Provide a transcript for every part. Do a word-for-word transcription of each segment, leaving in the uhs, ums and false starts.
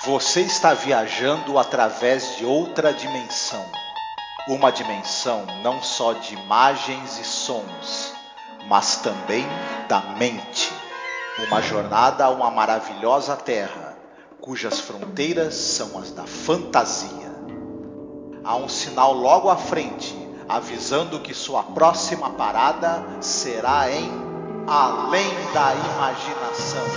Você está viajando através de outra dimensão. Uma dimensão não só de imagens e sons, mas também da mente. Uma jornada a uma maravilhosa terra, cujas fronteiras são as da fantasia. Há um sinal logo à frente, avisando que sua próxima parada será em Além da Imaginação.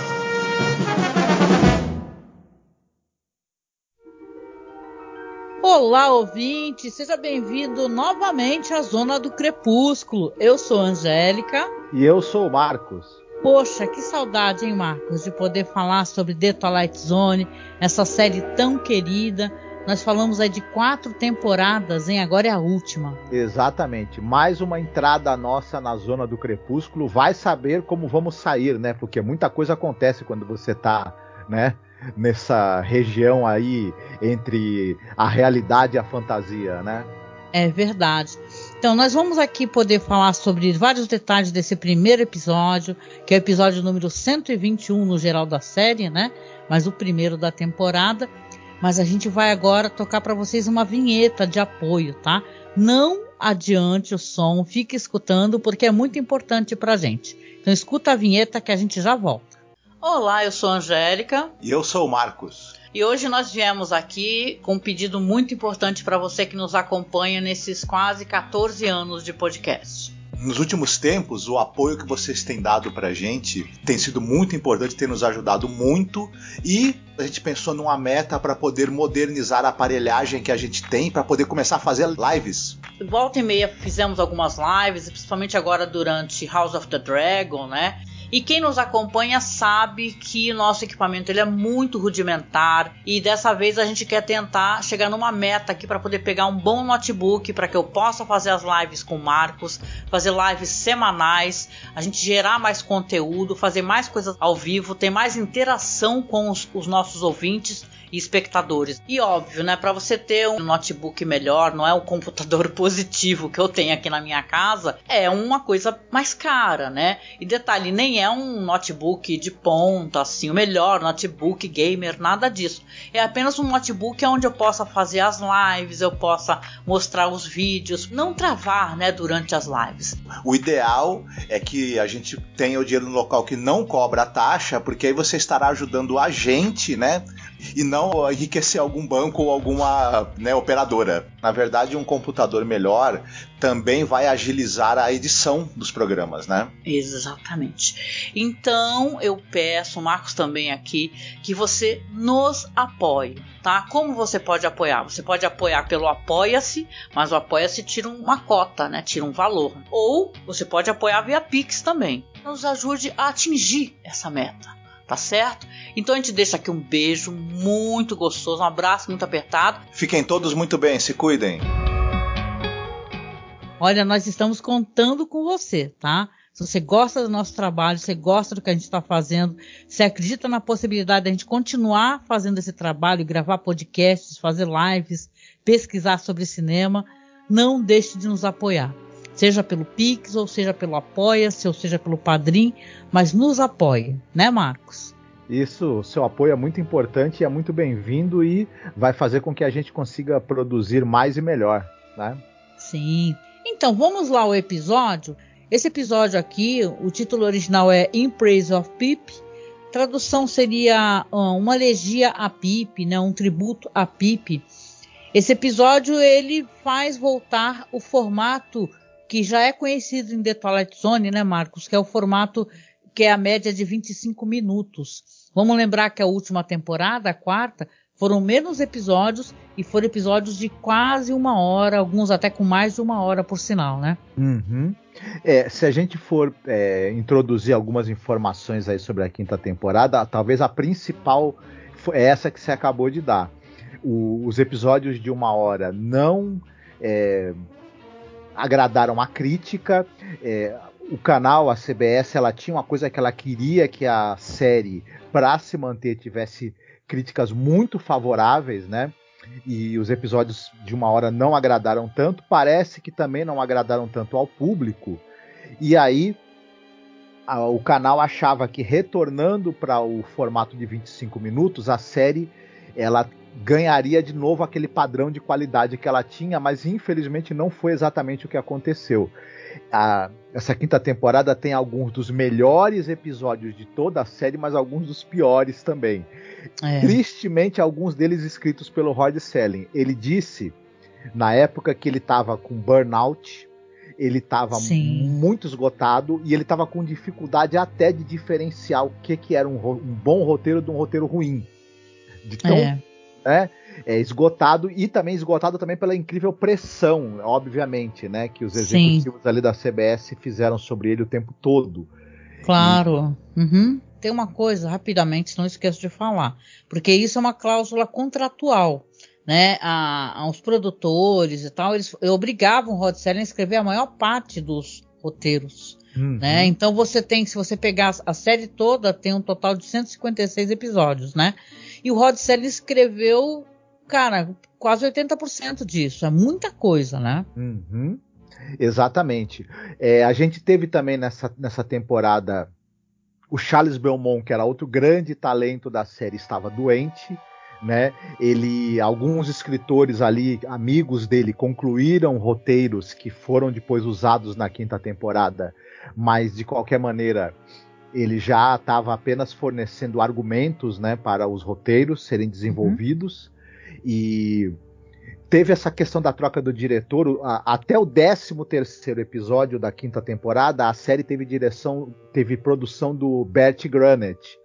Olá, ouvinte! Seja bem-vindo novamente à Zona do Crepúsculo. Eu sou a Angélica. E eu sou o Marcos. Poxa, que saudade, hein, Marcos, de poder falar sobre The Twilight Zone, essa série tão querida. Nós falamos aí de quatro temporadas, hein? Agora é a última. Exatamente. Mais uma entrada nossa na Zona do Crepúsculo. Vai saber como vamos sair, né? Porque muita coisa acontece quando você tá, né, nessa região aí entre a realidade e a fantasia, né? É verdade. Então, nós vamos aqui poder falar sobre vários detalhes desse primeiro episódio, que é o episódio número cento e vinte e um no geral da série, né? Mas o primeiro da temporada. Mas a gente vai agora tocar para vocês uma vinheta de apoio, tá? Não adiante o som, fique escutando, porque é muito importante pra gente. Então escuta a vinheta que a gente já volta. Olá, eu sou a Angélica. E eu sou o Marcos. E hoje nós viemos aqui com um pedido muito importante para você que nos acompanha nesses quase catorze anos de podcast. Nos últimos tempos, o apoio que vocês têm dado pra gente tem sido muito importante, tem nos ajudado muito, e a gente pensou numa meta para poder modernizar a aparelhagem que a gente tem, para poder começar a fazer lives. Volta e meia fizemos algumas lives, principalmente agora durante House of the Dragon, né? E quem nos acompanha sabe que o nosso equipamento ele é muito rudimentar e dessa vez a gente quer tentar chegar numa meta aqui para poder pegar um bom notebook para que eu possa fazer as lives com o Marcos, fazer lives semanais, a gente gerar mais conteúdo, fazer mais coisas ao vivo, ter mais interação com os, os nossos ouvintes e espectadores. E óbvio, né, para você ter um notebook melhor, não é um computador positivo que eu tenho aqui na minha casa, é uma coisa mais cara, né? E detalhe, nem é um notebook de ponta, assim, o melhor notebook gamer, nada disso. É apenas um notebook onde eu possa fazer as lives, eu possa mostrar os vídeos, não travar, né, durante as lives. O ideal é que a gente tenha o dinheiro no local que não cobra taxa, porque aí você estará ajudando a gente, né? E não enriquecer algum banco ou alguma, né, operadora. Na verdade, um computador melhor também vai agilizar a edição dos programas, né? Exatamente. Então, eu peço, o Marcos também aqui, que você nos apoie, tá? Como você pode apoiar? Você pode apoiar pelo Apoia-se, mas o Apoia-se tira uma cota, né? Tira um valor. Ou você pode apoiar via Pix também. Nos ajude a atingir essa meta. Tá certo? Então a gente deixa aqui um beijo muito gostoso, um abraço muito apertado. Fiquem todos muito bem, se cuidem. Olha, nós estamos contando com você, tá? Se você gosta do nosso trabalho, se você gosta do que a gente está fazendo, se acredita na possibilidade de a gente continuar fazendo esse trabalho, gravar podcasts, fazer lives, pesquisar sobre cinema, não deixe de nos apoiar. Seja pelo Pix, ou seja pelo Apoia-se, ou seja pelo Padrim, mas nos apoie, né, Marcos? Isso, seu apoio é muito importante e é muito bem-vindo e vai fazer com que a gente consiga produzir mais e melhor, né? Sim. Então, vamos lá ao episódio. Esse episódio aqui, o título original é In Praise of Pip. Tradução seria uh, uma elegia a Pip, né, um tributo a Pip. Esse episódio ele faz voltar o formato que já é conhecido em The Twilight Zone, né, Marcos? Que é o formato que é a média de vinte e cinco minutos. Vamos lembrar que a última temporada, a quarta, foram menos episódios e foram episódios de quase uma hora, alguns até com mais de uma hora, por sinal, né? Uhum. É, se a gente for é, introduzir algumas informações aí sobre a quinta temporada, talvez a principal é essa que você acabou de dar. O, os episódios de uma hora não é, agradaram a crítica. É, o canal, a C B S, ela tinha uma coisa que ela queria que a série, para se manter, tivesse críticas muito favoráveis, né? E os episódios de uma hora não agradaram tanto, parece que também não agradaram tanto ao público, e aí a, o canal achava que retornando para o formato de vinte e cinco minutos, a série ela ganharia de novo aquele padrão de qualidade que ela tinha, mas infelizmente não foi exatamente o que aconteceu. A, essa quinta temporada tem alguns dos melhores episódios de toda a série, mas alguns dos piores também. É. Tristemente, alguns deles escritos pelo Rod Serling. Ele disse, na época, que ele estava com burnout, ele estava muito esgotado e ele estava com dificuldade até de diferenciar o que, que era um, um bom roteiro de um roteiro ruim. De tão... É. É, é esgotado e também esgotado também pela incrível pressão, obviamente, né, que os executivos Sim. ali da C B S fizeram sobre ele o tempo todo. Claro. E... Uhum. Tem uma coisa, rapidamente, não esqueço de falar, porque isso é uma cláusula contratual, né, a, aos produtores e tal, eles obrigavam o Rod Serling a escrever a maior parte dos roteiros. Uhum. Né? Então você tem, se você pegar a série toda, tem um total de cento e cinquenta e seis episódios, né? E o Rod Serling escreveu, cara, quase oitenta por cento disso. É muita coisa, né? Uhum. Exatamente. É, a gente teve também nessa, nessa temporada o Charles Belmont, que era outro grande talento da série, estava doente. Né? Ele, alguns escritores ali, amigos dele, concluíram roteiros que foram depois usados na quinta temporada, mas de qualquer maneira ele já estava apenas fornecendo argumentos, né, para os roteiros serem desenvolvidos. Uhum. E teve essa questão da troca do diretor. A, até o décimo terceiro episódio da quinta temporada, a série teve direção, teve produção do Bert Granett.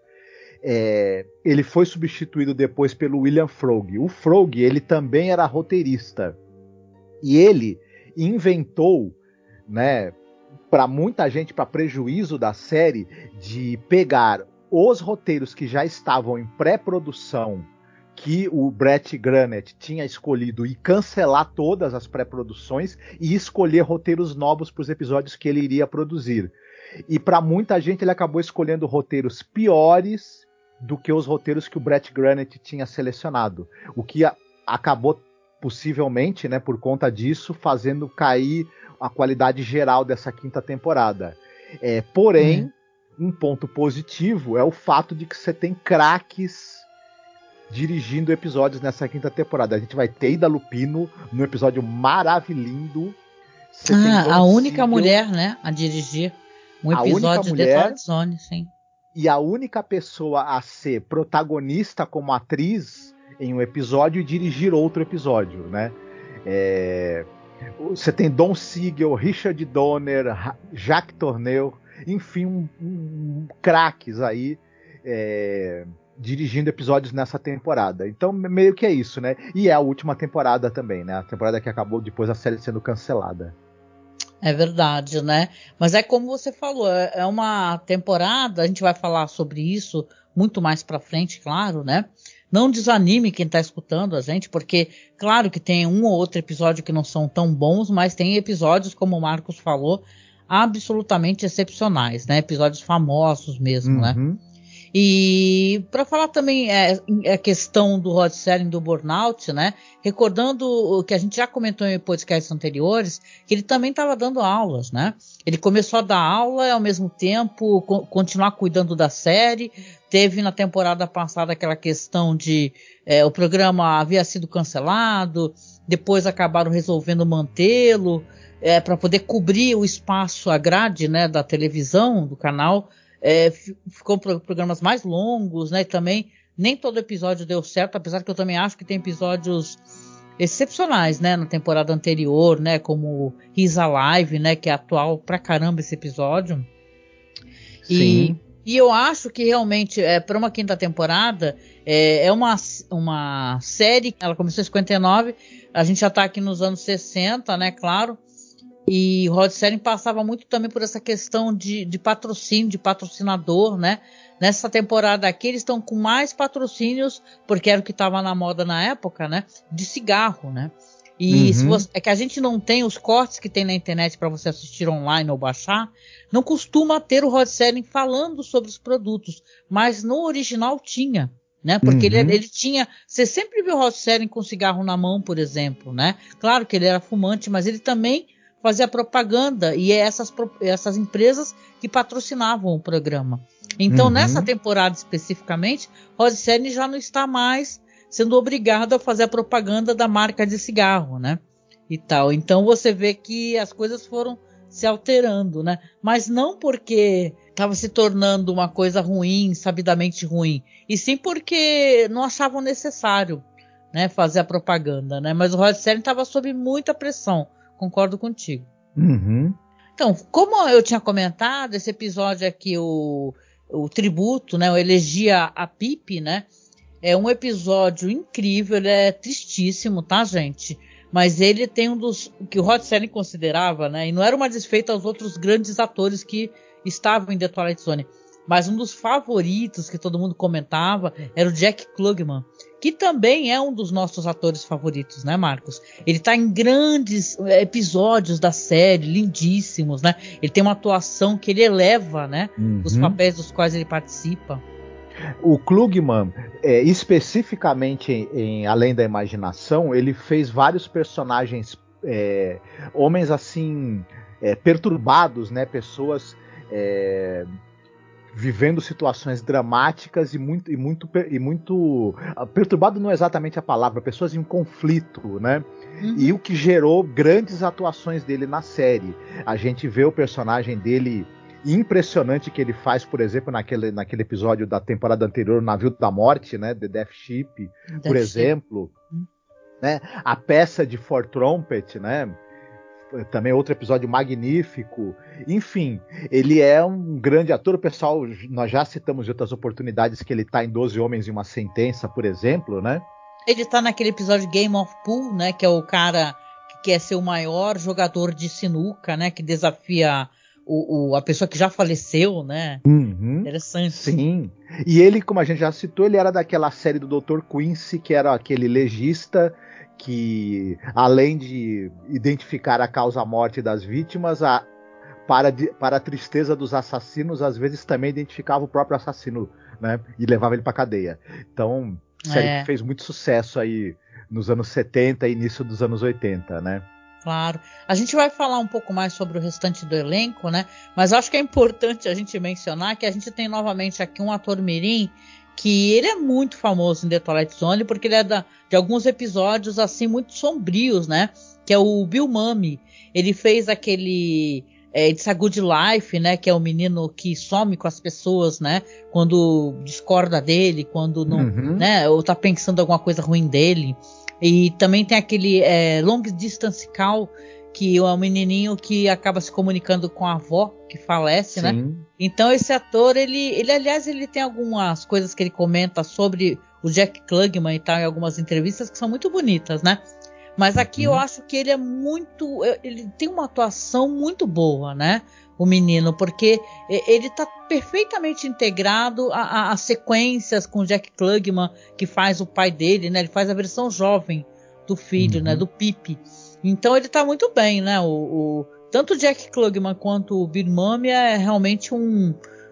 É, ele foi substituído depois pelo William Froug. O Froug, ele também era roteirista. E ele inventou, né, para muita gente, para prejuízo da série, de pegar os roteiros que já estavam em pré-produção, que o Brett Granett tinha escolhido, e cancelar todas as pré-produções e escolher roteiros novos para os episódios que ele iria produzir. E para muita gente ele acabou escolhendo roteiros piores do que os roteiros que o Brett Granett tinha selecionado, o que a, acabou possivelmente, né, por conta disso, fazendo cair a qualidade geral dessa quinta temporada. É, porém, hum. um ponto positivo é o fato de que você tem craques dirigindo episódios nessa quinta temporada. A gente vai ter Ida Lupino no episódio maravilhoso. Ah, a única Siegel, mulher, né, a dirigir um episódio de Twilight Zone, sim. E a única pessoa a ser protagonista como atriz em um episódio e dirigir outro episódio, né? É... Você tem Don Siegel, Richard Donner, Jacques Tourneur, enfim, um, um, craques aí é... dirigindo episódios nessa temporada. Então, meio que é isso, né? E é a última temporada também, né? A temporada que acabou depois da série sendo cancelada. É verdade, né? Mas é como você falou, é uma temporada, a gente vai falar sobre isso muito mais pra frente, claro, né? Não desanime quem tá escutando a gente, porque claro que tem um ou outro episódio que não são tão bons, mas tem episódios, como o Marcos falou, absolutamente excepcionais, né? Episódios famosos mesmo, uhum. né? E para falar também é, a questão do Rod Serling do burnout, né? Recordando o que a gente já comentou em podcasts anteriores, que ele também estava dando aulas, né? Ele começou a dar aula e ao mesmo tempo co- continuar cuidando da série. Teve na temporada passada aquela questão de é, o programa havia sido cancelado, depois acabaram resolvendo mantê-lo é, para poder cobrir o espaço, a grade, né, da televisão, do canal. É, ficou programas mais longos, né? E também nem todo episódio deu certo, apesar que eu também acho que tem episódios excepcionais, né? Na temporada anterior, né? Como He's Alive, né? Que é atual pra caramba esse episódio. Sim. E, e eu acho que realmente, é, para uma quinta temporada, é, é uma, uma série, ela começou em cinquenta e nove, a gente já tá aqui nos anos sessenta, né? Claro. E o Rod Serling passava muito também por essa questão de, de patrocínio, de patrocinador, né? Nessa temporada aqui eles estão com mais patrocínios, porque era o que estava na moda na época, né? De cigarro, né? E uhum. se você, é que a gente não tem os cortes que tem na internet para você assistir online ou baixar, não costuma ter o Rod Serling falando sobre os produtos, mas no original tinha. Né? Porque uhum. ele, ele tinha... Você sempre viu o Rod Serling com cigarro na mão, por exemplo, né? Claro que ele era fumante, mas ele também fazia propaganda e é essas, essas empresas que patrocinavam o programa. Então, uhum. nessa temporada especificamente, Rod Serling já não está mais sendo obrigado a fazer a propaganda da marca de cigarro, né? E tal. Então você vê que as coisas foram se alterando, né? Mas não porque estava se tornando uma coisa ruim, sabidamente ruim, e sim porque não achavam necessário, né, fazer a propaganda, né? Mas o Rod Serling estava sob muita pressão, concordo contigo. Uhum. Então, como eu tinha comentado, esse episódio aqui, o, o tributo, né, o Elegia a Pip, né, é um episódio incrível, ele é tristíssimo, tá, gente? Mas ele tem um dos que o Rod Serling considerava, né, e não era uma desfeita aos outros grandes atores que estavam em The Twilight Zone, mas um dos favoritos que todo mundo comentava era o Jack Klugman, que também é um dos nossos atores favoritos, né, Marcos? Ele tá em grandes episódios da série, lindíssimos, né? Ele tem uma atuação que ele eleva, né, uhum, os papéis dos quais ele participa. O Klugman, é, especificamente em, em Além da Imaginação, ele fez vários personagens, é, homens assim, é, perturbados, né? Pessoas é, vivendo situações dramáticas e muito, e muito, e muito perturbado não é exatamente a palavra, pessoas em conflito, né? Uhum. E o que gerou grandes atuações dele na série. A gente vê o personagem dele impressionante que ele faz, por exemplo, naquele, naquele episódio da temporada anterior, o Navio da Morte, né? The Death Ship, Death por exemplo. Ship. Né? A peça de For Trumpet, né? Também outro episódio magnífico. Enfim, ele é um grande ator. O pessoal, nós já citamos em outras oportunidades que ele está em doze Homens e uma Sentença, por exemplo, né? Ele está naquele episódio Game of Pool, né? Que é o cara que quer ser o maior jogador de sinuca, né? Que desafia o, o, a pessoa que já faleceu, né? Uhum, interessante. Sim. E ele, como a gente já citou, ele era daquela série do doutor Quincy, que era aquele legista que, além de identificar a causa-morte das vítimas, a, para, para a tristeza dos assassinos, às vezes também identificava o próprio assassino, né? E levava ele para cadeia. Então, série é. que fez muito sucesso aí nos anos setenta e início dos anos oitenta, né? Claro. A gente vai falar um pouco mais sobre o restante do elenco, né? Mas acho que é importante a gente mencionar que a gente tem novamente aqui um ator mirim que ele é muito famoso em The Twilight Zone porque ele é da, de alguns episódios assim muito sombrios, né? Que é o Bill Mumy. Ele fez aquele é, It's a Good Life, né? Que é o menino que some com as pessoas, né? Quando discorda dele, quando não, uhum. né? Ou tá pensando alguma coisa ruim dele. E também tem aquele é, Long Distance Call, que é um menininho que acaba se comunicando com a avó, que falece, Sim. né? Então esse ator, ele, ele, aliás, ele tem algumas coisas que ele comenta sobre o Jack Klugman e tal, em algumas entrevistas, que são muito bonitas, né? Mas aqui uhum. eu acho que ele é muito... Ele tem uma atuação muito boa, né? O menino, porque ele está perfeitamente integrado às sequências com o Jack Klugman, que faz o pai dele, né? Ele faz a versão jovem do filho, uhum. né? Do Pip. Então ele está muito bem, né? O, o, tanto o Jack Klugman quanto o Bill Mumy é realmente um...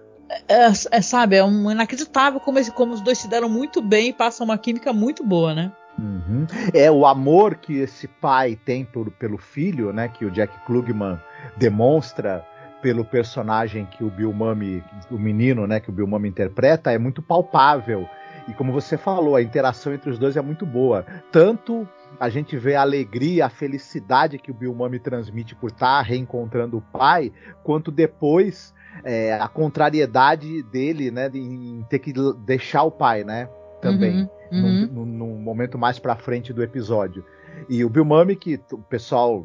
É, é, sabe, é um inacreditável como, esse, como os dois se deram muito bem e passam uma química muito boa, né? Uhum. É o amor que esse pai tem por, pelo filho, né? Que o Jack Klugman demonstra pelo personagem que o Bill Mumy, o menino, né, que o Bill Mumy interpreta, é muito palpável. E como você falou, a interação entre os dois é muito boa. Tanto a gente vê a alegria, a felicidade que o Bill Mumy transmite por estar reencontrando o pai, quanto depois é, a contrariedade dele, né, em ter que deixar o pai, né, também, uhum, uhum. Num, num momento mais pra frente do episódio. E o Bill Mumy, que o pessoal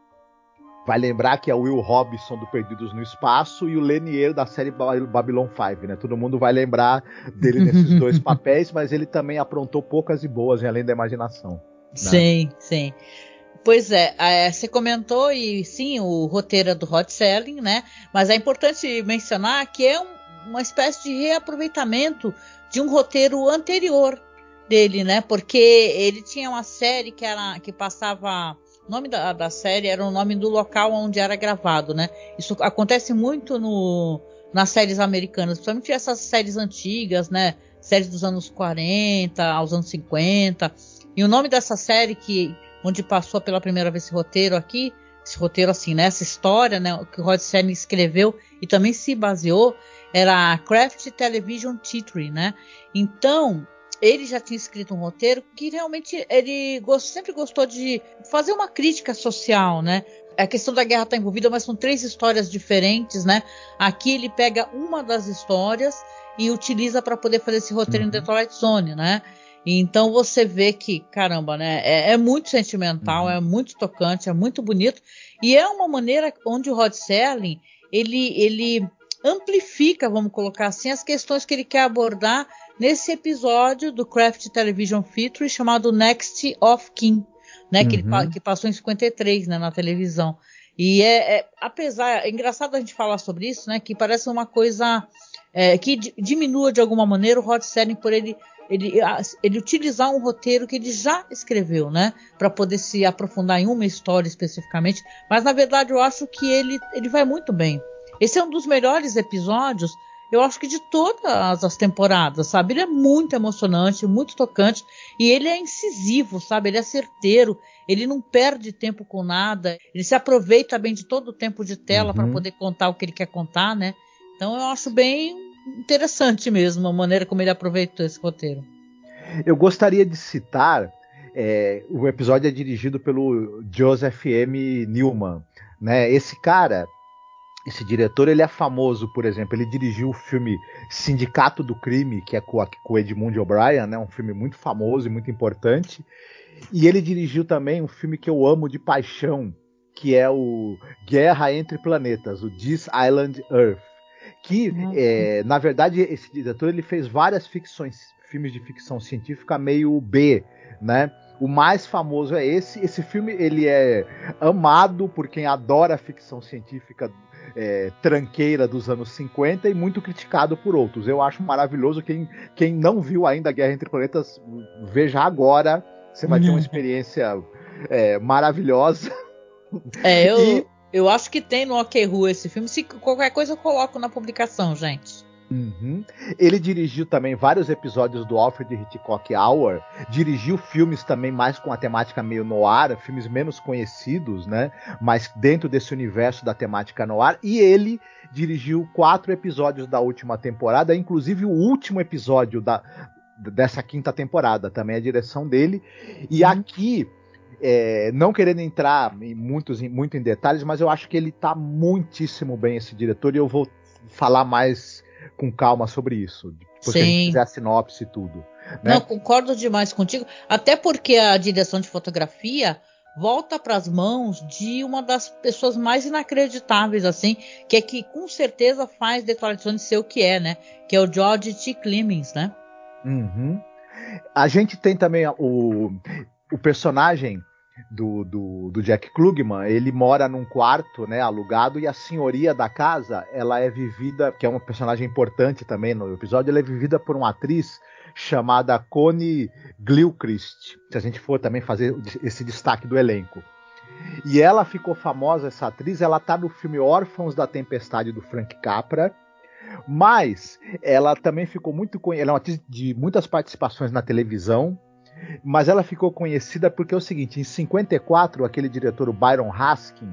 vai lembrar que é o Will Robinson do Perdidos no Espaço e o Lenier da série Babylon cinco, né? Todo mundo vai lembrar dele nesses dois papéis, mas ele também aprontou poucas e boas em Além da Imaginação. Né? Sim, sim. Pois é, é, você comentou e sim, o roteiro é do Rod Serling, né? Mas é importante mencionar que é um, uma espécie de reaproveitamento de um roteiro anterior dele, né? Porque ele tinha uma série que, era, que passava... O nome da, da série era o nome do local onde era gravado, né? Isso acontece muito no, nas séries americanas, principalmente essas séries antigas, né? Séries dos anos quarenta aos anos cinquenta. E o nome dessa série, que, onde passou pela primeira vez esse roteiro aqui, esse roteiro assim, né? Essa história, né? Que o Rod Serling escreveu e também se baseou, era Craft Television Theatre, né? Então... ele já tinha escrito um roteiro que realmente ele gost, sempre gostou de fazer uma crítica social, né? A questão da guerra está envolvida, mas são três histórias diferentes, né? Aqui ele pega uma das histórias e utiliza para poder fazer esse roteiro uhum. em The Twilight Zone, né? E então você vê que, caramba, né? É, é muito sentimental, uhum. é muito tocante, é muito bonito. E é uma maneira onde o Rod Serling, ele, ele amplifica, vamos colocar assim, as questões que ele quer abordar nesse episódio do Craft Television Feature chamado Next of Kin, né, uhum. que, ele, que passou em cinquenta e três, né, na televisão. E é, é, apesar, é engraçado a gente falar sobre isso, né, que parece uma coisa é, que d- diminua de alguma maneira o Rod Serling por ele, ele, ele utilizar um roteiro que ele já escreveu, né, para poder se aprofundar em uma história especificamente, mas na verdade eu acho que ele, ele vai muito bem. Esse é um dos melhores episódios, eu acho que de todas as temporadas, sabe? Ele é muito emocionante, muito tocante, e ele é incisivo, sabe? Ele é certeiro, ele não perde tempo com nada, ele se aproveita bem de todo o tempo de tela uhum. para poder contar o que ele quer contar, né? Então eu acho bem interessante mesmo a maneira como ele aproveitou esse roteiro. Eu gostaria de citar, é, o episódio é dirigido pelo Joseph M. Newman, né? Esse cara... Esse diretor, ele é famoso, por exemplo, ele dirigiu o filme Sindicato do Crime, que é com, a, com o Edmund O'Brien, né, um filme muito famoso e muito importante. E ele dirigiu também um filme que eu amo de paixão, que é o Guerra Entre Planetas, o This Island Earth. Que, uhum. é, na verdade, esse diretor ele fez várias ficções, filmes de ficção científica meio B, né? O mais famoso é esse. Esse filme ele é amado por quem adora a ficção científica é, tranqueira dos anos cinquenta e muito criticado por outros. Eu acho maravilhoso. Quem, quem não viu ainda Guerra Entre Planetas, veja agora. Você vai ter uma experiência é, maravilhosa. É, eu, e... eu acho que tem no OK Who esse filme. Se qualquer coisa eu coloco na publicação, gente. Uhum. Ele dirigiu também vários episódios do Alfred Hitchcock Hour, dirigiu filmes também mais com a temática meio noir, filmes menos conhecidos, né? Mas dentro desse universo da temática noir, e ele dirigiu quatro episódios da última temporada, inclusive o último episódio da, dessa quinta temporada, também é a direção dele. E uhum. aqui, é, não querendo entrar em muitos, em, muito em detalhes, mas eu acho que ele tá muitíssimo bem, esse diretor, e eu vou falar mais com calma sobre isso, depois Sim. que a gente fizer a sinopse e tudo. Né? Não, concordo demais contigo, até porque a direção de fotografia volta para as mãos de uma das pessoas mais inacreditáveis, assim, que é que com certeza faz The Twilight Zone ser o que é, né? Que é o George T. Clemens, né? Uhum. A gente tem também o, o personagem Do, do, do Jack Klugman, ele mora num quarto, né, alugado, e a senhoria da casa, ela é vivida, que é uma personagem importante também no episódio, ela é vivida por uma atriz chamada Connie Gilchrist, se a gente for também fazer esse destaque do elenco. E ela ficou famosa, essa atriz, ela tá no filme Órfãos da Tempestade do Frank Capra, mas ela também ficou muito conhecida, ela é uma atriz de muitas participações na televisão, mas ela ficou conhecida porque é o seguinte, em cinquenta e quatro, aquele diretor, o Byron Haskin,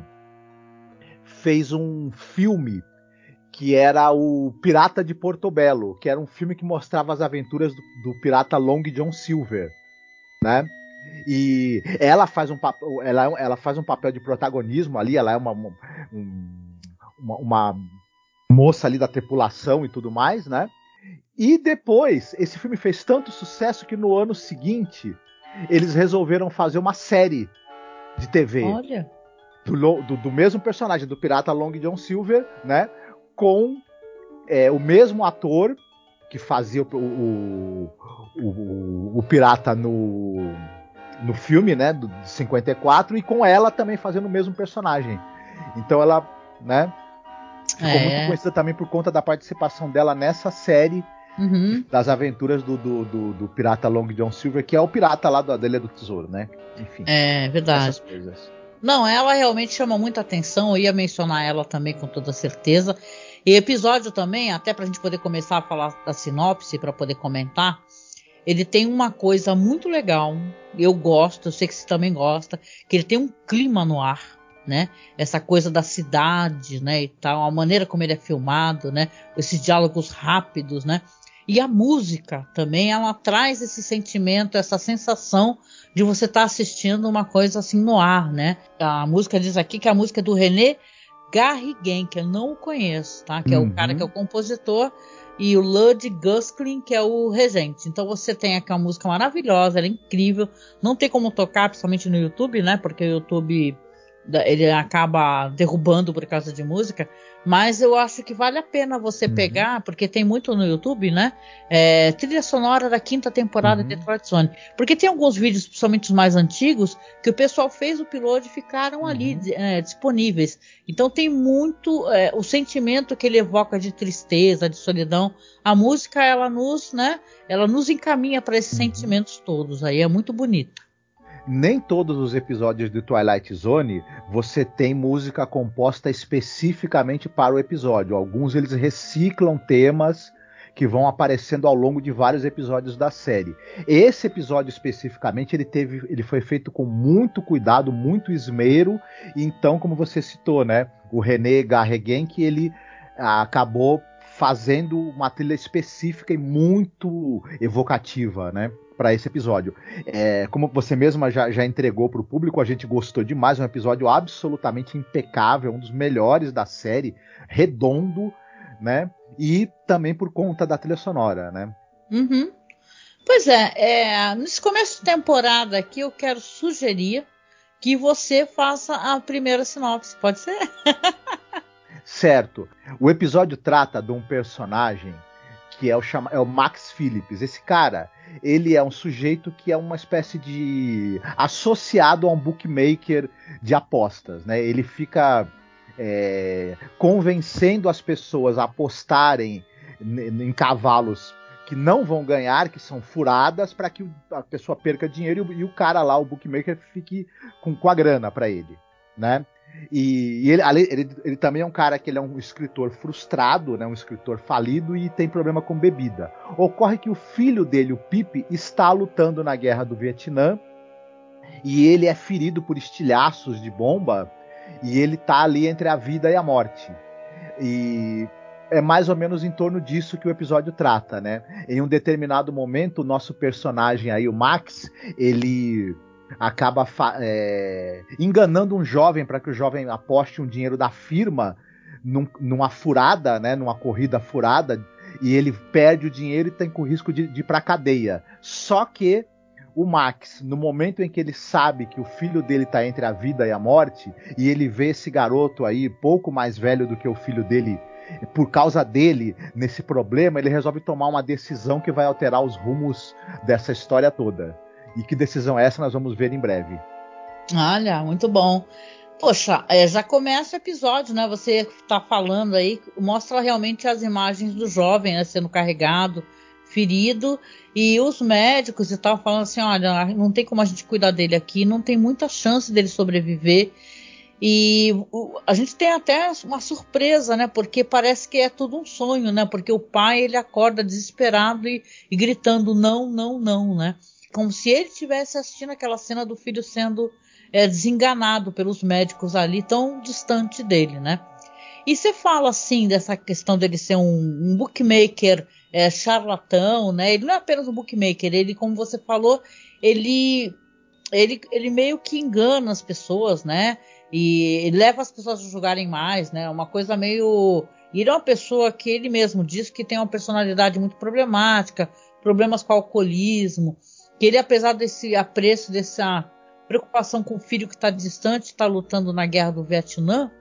fez um filme que era o Pirata de Portobello, que era um filme que mostrava as aventuras do, do pirata Long John Silver, né? E ela faz um papel, ela, ela faz um papel de protagonismo ali, ela é uma, uma, uma, uma moça ali da tripulação e tudo mais, né? E depois, esse filme fez tanto sucesso que no ano seguinte eles resolveram fazer uma série de T V. Olha. Do, do, do mesmo personagem, do pirata Long John Silver, né? Com é, o mesmo ator que fazia o, o, o, o pirata no, no filme, né? Do, de cinquenta e quatro, e com ela também fazendo o mesmo personagem. Então ela, né? Ficou é. muito conhecida também por conta da participação dela nessa série. Uhum. Das aventuras do, do, do, do pirata Long John Silver, que é o pirata lá da Ilha do Tesouro, né? Enfim. É verdade. Essas coisas. Não, ela realmente chama muita atenção. Eu ia mencionar ela também com toda certeza. E episódio também, até pra gente poder começar a falar da sinopse, para poder comentar, ele tem uma coisa muito legal. Eu gosto, eu sei que você também gosta, que ele tem um clima no ar, né? Essa coisa da cidade, né? E tal, a maneira como ele é filmado, né? Esses diálogos rápidos, né? E a música também, ela traz esse sentimento, essa sensação de você estar tá assistindo uma coisa assim no ar, né? A música diz aqui que a música é do René Garrigues, que eu não o conheço, tá? Que é Uhum. o cara que é o compositor, e o Lud Gusling, que é o regente. Então você tem aqui uma música maravilhosa, ela é incrível, não tem como tocar, principalmente no YouTube, né? Porque o YouTube ele acaba derrubando por causa de música, mas eu acho que vale a pena você uhum. pegar, porque tem muito no YouTube, né? É, trilha sonora da quinta temporada uhum. de Twilight Zone, porque tem alguns vídeos, principalmente os mais antigos, que o pessoal fez o upload e ficaram uhum. ali é, disponíveis. Então tem muito é, o sentimento que ele evoca de tristeza, de solidão. A música ela nos, né? Ela nos encaminha para esses uhum. sentimentos todos. Aí é muito bonito. Nem todos os episódios de Twilight Zone você tem música composta especificamente para o episódio. Alguns eles reciclam temas que vão aparecendo ao longo de vários episódios da série. Esse episódio especificamente ele teve, ele foi feito com muito cuidado, muito esmero. E então, como você citou, né, o René Garrigues, que ele ah, acabou fazendo uma trilha específica e muito evocativa, né, para esse episódio. É, como você mesma já, já entregou para o público, a gente gostou demais, é um episódio absolutamente impecável, um dos melhores da série, redondo, né? E também por conta da trilha sonora, né? Uhum. Pois é, é, nesse começo de temporada aqui eu quero sugerir que você faça a primeira sinopse, pode ser? Certo. O episódio trata de um personagem que é o, chama, é o Max Phillips. Esse cara, ele é um sujeito que é uma espécie de associado a um bookmaker de apostas, né? Ele fica é, convencendo as pessoas a apostarem em, em cavalos que não vão ganhar, que são furadas, para que a pessoa perca dinheiro e o, e o cara lá, o bookmaker, fique com, com a grana para ele, né? E, e ele, ele, ele também é um cara que ele é um escritor frustrado, né, um escritor falido e tem problema com bebida. Ocorre que o filho dele, o Pip, está lutando na guerra do Vietnã e ele é ferido por estilhaços de bomba e ele está ali entre a vida e a morte. E é mais ou menos em torno disso que o episódio trata, né? Em um determinado momento, o nosso personagem aí, o Max, ele acaba é, enganando um jovem para que o jovem aposte um dinheiro da firma num, numa furada, né, numa corrida furada, e ele perde o dinheiro e tem com risco de, de ir para a cadeia. Só que o Max, no momento em que ele sabe que o filho dele está entre a vida e a morte, e ele vê esse garoto aí, pouco mais velho do que o filho dele, por causa dele, nesse problema, ele resolve tomar uma decisão que vai alterar os rumos dessa história toda. E que decisão é essa nós vamos ver em breve. Olha, muito bom. Poxa, é, já começa o episódio, né? Você está falando aí, mostra realmente as imagens do jovem, né, sendo carregado, ferido, e os médicos estavam falando assim, olha, não tem como a gente cuidar dele aqui, não tem muita chance dele sobreviver. E o, a gente tem até uma surpresa, né? Porque parece que é tudo um sonho, né? Porque o pai, ele acorda desesperado e, e gritando não, não, não, né? Como se ele estivesse assistindo aquela cena do filho sendo é, desenganado pelos médicos ali, tão distante dele, né? E você fala assim dessa questão dele ser um, um bookmaker é, charlatão, né? Ele não é apenas um bookmaker, ele, como você falou, ele, ele, ele meio que engana as pessoas, né? E ele leva as pessoas a julgarem mais, né? Uma coisa meio... E ele é uma pessoa que ele mesmo diz que tem uma personalidade muito problemática, problemas com alcoolismo, que ele, apesar desse apreço, dessa preocupação com o filho que está distante, está lutando na guerra do Vietnã,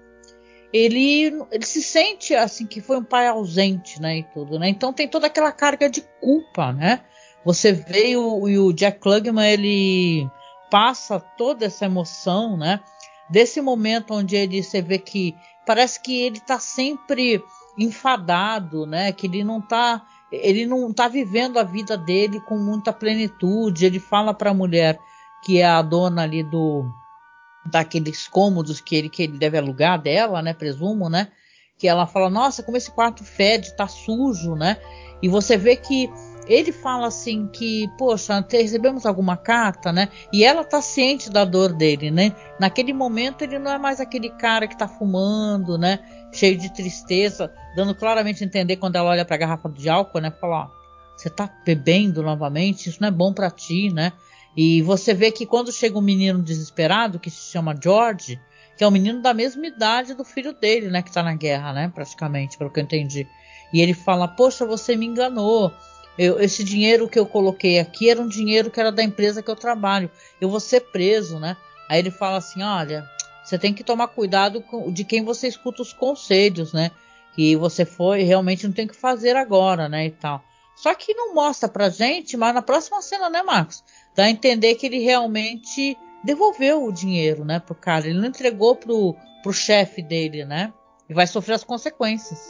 ele, ele se sente assim que foi um pai ausente, né, e tudo, né? Então tem toda aquela carga de culpa, né? Você vê o, o Jack Klugman, ele passa toda essa emoção, né? Desse momento onde ele, você vê que parece que ele está sempre enfadado, né? Que ele não está ele não está vivendo a vida dele com muita plenitude. Ele fala para a mulher, que é a dona ali do daqueles cômodos que ele, que ele deve alugar dela, né, presumo, né, que ela fala, nossa, como esse quarto fede, tá sujo, né, e você vê que ele fala assim que, poxa, recebemos alguma carta, né, e ela tá ciente da dor dele, né, naquele momento ele não é mais aquele cara que tá fumando, né, cheio de tristeza, dando claramente a entender quando ela olha pra garrafa de álcool, né, fala, ó, Você tá bebendo novamente, isso não é bom para ti, né? E você vê que quando chega um menino desesperado, que se chama George, que é um menino da mesma idade do filho dele, né? Que tá na guerra, né? Praticamente, pelo que eu entendi. E ele fala, poxa, você me enganou. Eu, esse dinheiro que eu coloquei aqui era um dinheiro que era da empresa que eu trabalho. Eu vou ser preso, né? Aí ele fala assim, olha, você tem que tomar cuidado com, de quem você escuta os conselhos, né? Que você foi, realmente não tem que fazer agora, né? E tal. Só que não mostra pra gente, mas na próxima cena, né, Marcos? Dá a entender que ele realmente devolveu o dinheiro, né, pro cara. Ele não entregou pro, pro chefe dele, né? E vai sofrer as consequências.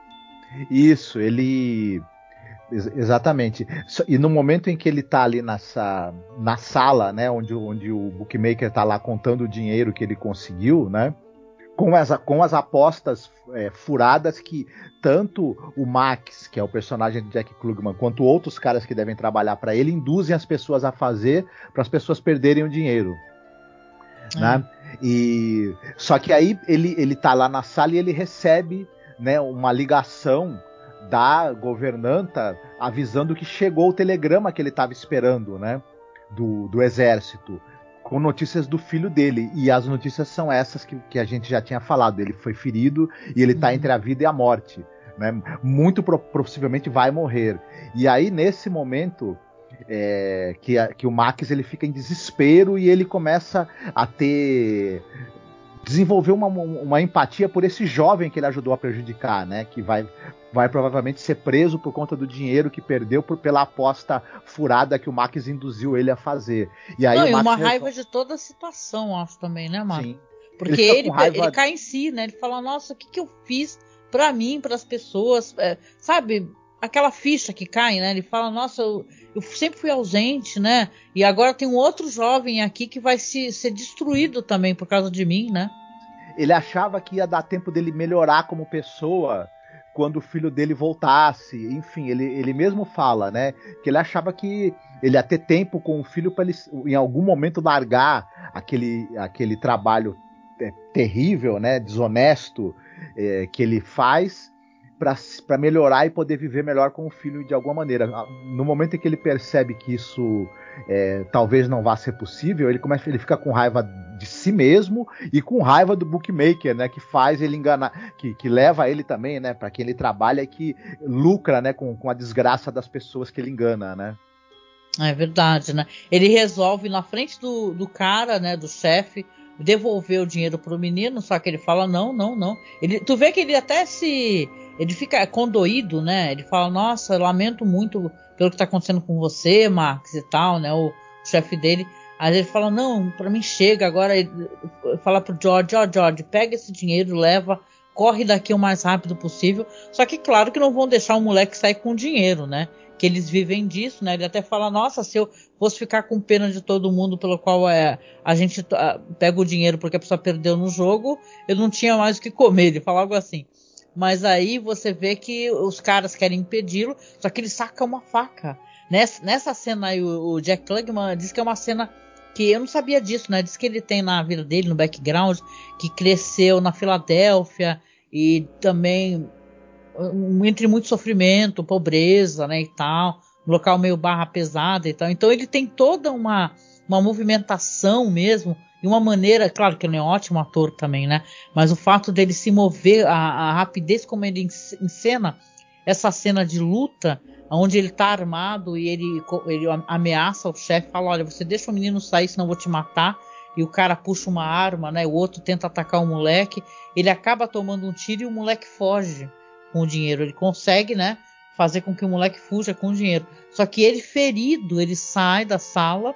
Isso, ele... Exatamente. E no momento em que ele tá ali nessa, na sala, né, onde, onde o bookmaker tá lá contando o dinheiro que ele conseguiu, né, com as, com as apostas é, furadas que tanto o Max, que é o personagem de Jack Klugman, quanto outros caras que devem trabalhar para ele, induzem as pessoas a fazer para as pessoas perderem o dinheiro. É. Né? E, só que aí ele, ele tá lá na sala e ele recebe, né, uma ligação da governanta avisando que chegou o telegrama que ele estava esperando, né, do, do exército, com notícias do filho dele, e as notícias são essas que, que a gente já tinha falado. Ele foi ferido e ele está uhum. entre a vida e a morte, né, muito pro, possivelmente vai morrer. E aí nesse momento é, que, a, que o Max ele fica em desespero e ele começa a ter... desenvolver uma, uma empatia por esse jovem que ele ajudou a prejudicar, né? Que vai, vai provavelmente ser preso por conta do dinheiro que perdeu por, pela aposta furada que o Max induziu ele a fazer. E aí Não, o Max e uma resol... raiva de toda a situação, acho também, né, Marcos? Sim. Porque ele, ele, raiva... ele cai em si, né? Ele fala, nossa, o que, que eu fiz pra mim, pras pessoas? É, sabe, aquela ficha que cai, né? Ele fala, nossa, eu, eu sempre fui ausente, né? E agora tem um outro jovem aqui que vai se, ser destruído também por causa de mim, né? Ele achava que ia dar tempo dele melhorar como pessoa quando o filho dele voltasse. Enfim, ele, ele mesmo fala, né? Que ele achava que ele ia ter tempo com o filho para ele, em algum momento, largar aquele, aquele trabalho terrível, né? Desonesto é, que ele faz para melhorar e poder viver melhor com o filho de alguma maneira. No momento em que ele percebe que isso é, talvez não vá ser possível, ele começa, ele fica com raiva de si mesmo e com raiva do bookmaker, né, que faz ele enganar, que, que leva ele também, né, para quem ele trabalha e que lucra, né, com, com a desgraça das pessoas que ele engana, né. É verdade, né? Ele resolve na frente do, do cara, né, do chefe, devolver o dinheiro pro menino, só que ele fala não, não, não. Ele, tu vê que ele até se... Ele fica condoído, né? Ele fala, nossa, eu lamento muito pelo que tá acontecendo com você, Max, e tal, né? O chefe dele. Aí ele fala, não, pra mim chega. Agora ele fala pro George, ó, oh, George, pega esse dinheiro, leva, corre daqui o mais rápido possível. Só que claro que não vão deixar o moleque sair com dinheiro, né? Que eles vivem disso, né? Ele até fala, nossa, se eu fosse ficar com pena de todo mundo pelo qual é, a gente uh, pega o dinheiro porque a pessoa perdeu no jogo, eu não tinha mais o que comer. Ele fala algo assim. Mas aí você vê que os caras querem impedi-lo, só que ele saca uma faca. Nessa, nessa cena aí, o, o Jack Klugman diz que é uma cena que eu não sabia disso, né? Diz que ele tem na vida dele, no background, que cresceu na Filadélfia e também um, entre muito sofrimento, pobreza, né, e tal, um local meio barra pesada e tal. Então ele tem toda uma, uma movimentação mesmo, e uma maneira, claro que ele é um ótimo ator também, né? Mas o fato dele se mover, a, a rapidez como ele encena essa cena de luta, onde ele tá armado e ele, ele ameaça o chefe, fala, olha, você deixa o menino sair, senão eu vou te matar. E o cara puxa uma arma, né? O outro tenta atacar o moleque. Ele acaba tomando um tiro e o moleque foge com o dinheiro. Ele consegue, né, fazer com que o moleque fuja com o dinheiro. Só que ele ferido, ele sai da sala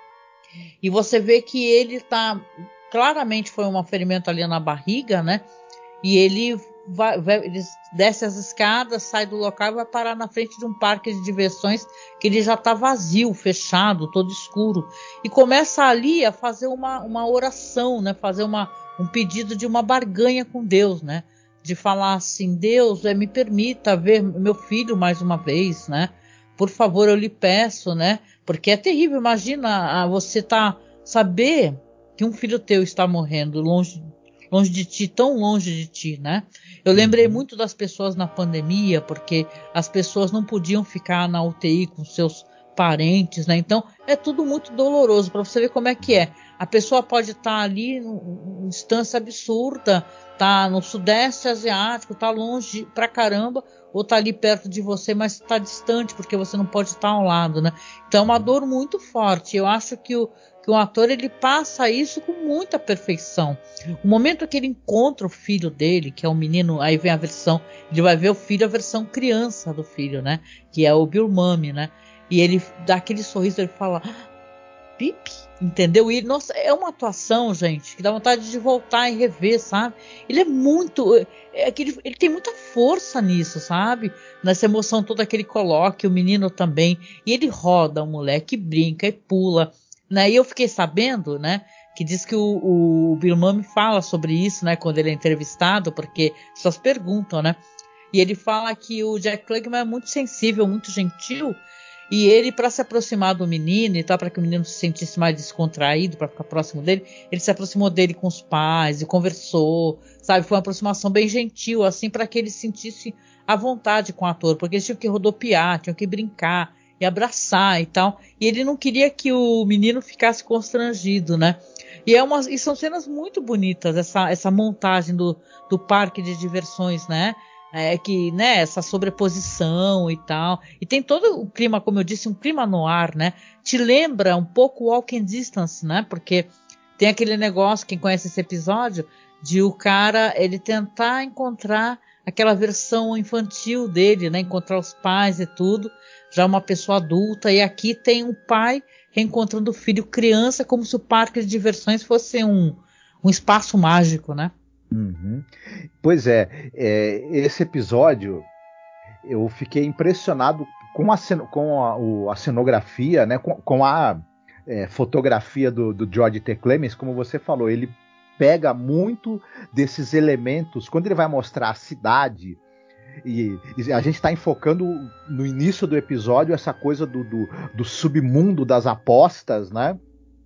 e você vê que ele tá... Claramente foi um ferimento ali na barriga, né? E ele, vai, vai, ele desce as escadas, sai do local e vai parar na frente de um parque de diversões que ele já tá vazio, fechado, todo escuro. E começa ali a fazer uma, uma oração, né? Fazer uma, um pedido de uma barganha com Deus, né? De falar assim, Deus, é, me permita ver meu filho mais uma vez, né? Por favor, eu lhe peço, né? Porque é terrível, imagina você tá, saber que um filho teu está morrendo longe, longe de ti, tão longe de ti, né? Eu lembrei muito das pessoas na pandemia, porque as pessoas não podiam ficar na U T I com seus parentes, né? Então é tudo muito doloroso, para você ver como é que é. A pessoa pode estar ali numa distância absurda, tá no Sudeste Asiático, tá longe pra caramba, ou tá ali perto de você, mas tá distante porque você não pode estar ao lado, né? Então é uma dor muito forte. Eu acho que o que o ator ele passa isso com muita perfeição. O momento que ele encontra o filho dele, que é o menino, aí vem a versão, ele vai ver o filho, a versão criança do filho, né? Que é o Bill Murray, né? E ele dá aquele sorriso, ele fala Pip, entendeu? E nossa, é uma atuação, gente, que dá vontade de voltar e rever, sabe? Ele é muito, é que ele, ele tem muita força nisso, sabe? Nessa emoção toda que ele coloca, o menino também, e ele roda o moleque, brinca e pula, né? E eu fiquei sabendo, né? Que diz que o, o Bill Murray fala sobre isso, né? Quando ele é entrevistado, porque as pessoas perguntam, né? E ele fala que o Jack Klugman é muito sensível, muito gentil. E ele, para se aproximar do menino e tal, para que o menino se sentisse mais descontraído, para ficar próximo dele, ele se aproximou dele com os pais e conversou, sabe? Foi uma aproximação bem gentil, assim, para que ele sentisse à vontade com o ator, porque eles tinham que rodopiar, tinham que brincar e abraçar e tal. E ele não queria que o menino ficasse constrangido, né? E, é uma, e são cenas muito bonitas, essa, essa montagem do, do parque de diversões, né? É que, né, essa sobreposição e tal. E tem todo o clima, como eu disse, um clima no ar, né? Te lembra um pouco Walking Distance, né? Porque tem aquele negócio, quem conhece esse episódio, de o cara, ele tentar encontrar aquela versão infantil dele, né? Encontrar os pais e tudo, já uma pessoa adulta. E aqui tem um pai reencontrando o filho criança, como se o parque de diversões fosse um, um espaço mágico, né? Uhum. Pois é, é, esse episódio eu fiquei impressionado com a, com a, o, a cenografia, né, com, com a é, fotografia do, do George T. Clemens, como você falou, ele pega muito desses elementos, quando ele vai mostrar a cidade, e, e a gente está enfocando no início do episódio essa coisa do, do, do submundo das apostas, né?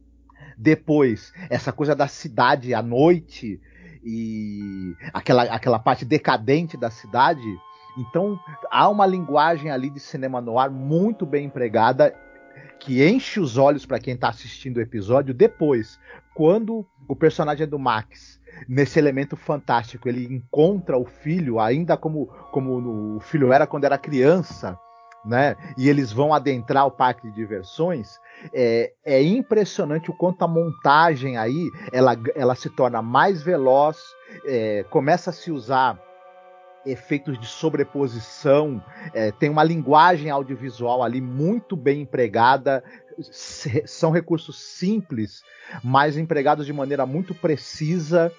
Depois, essa coisa da cidade à noite, e aquela, aquela parte decadente da cidade. Então há uma linguagem ali de cinema noir muito bem empregada, que enche os olhos para quem está assistindo o episódio. Depois, quando o personagem do Max, nesse elemento fantástico, ele encontra o filho, ainda como, como o filho era quando era criança, né? E eles vão adentrar o parque de diversões. É, é impressionante o quanto a montagem aí ela, ela se torna mais veloz, é, começa a se usar efeitos de sobreposição, é, tem uma linguagem audiovisual ali muito bem empregada, são recursos simples, mas empregados de maneira muito precisa.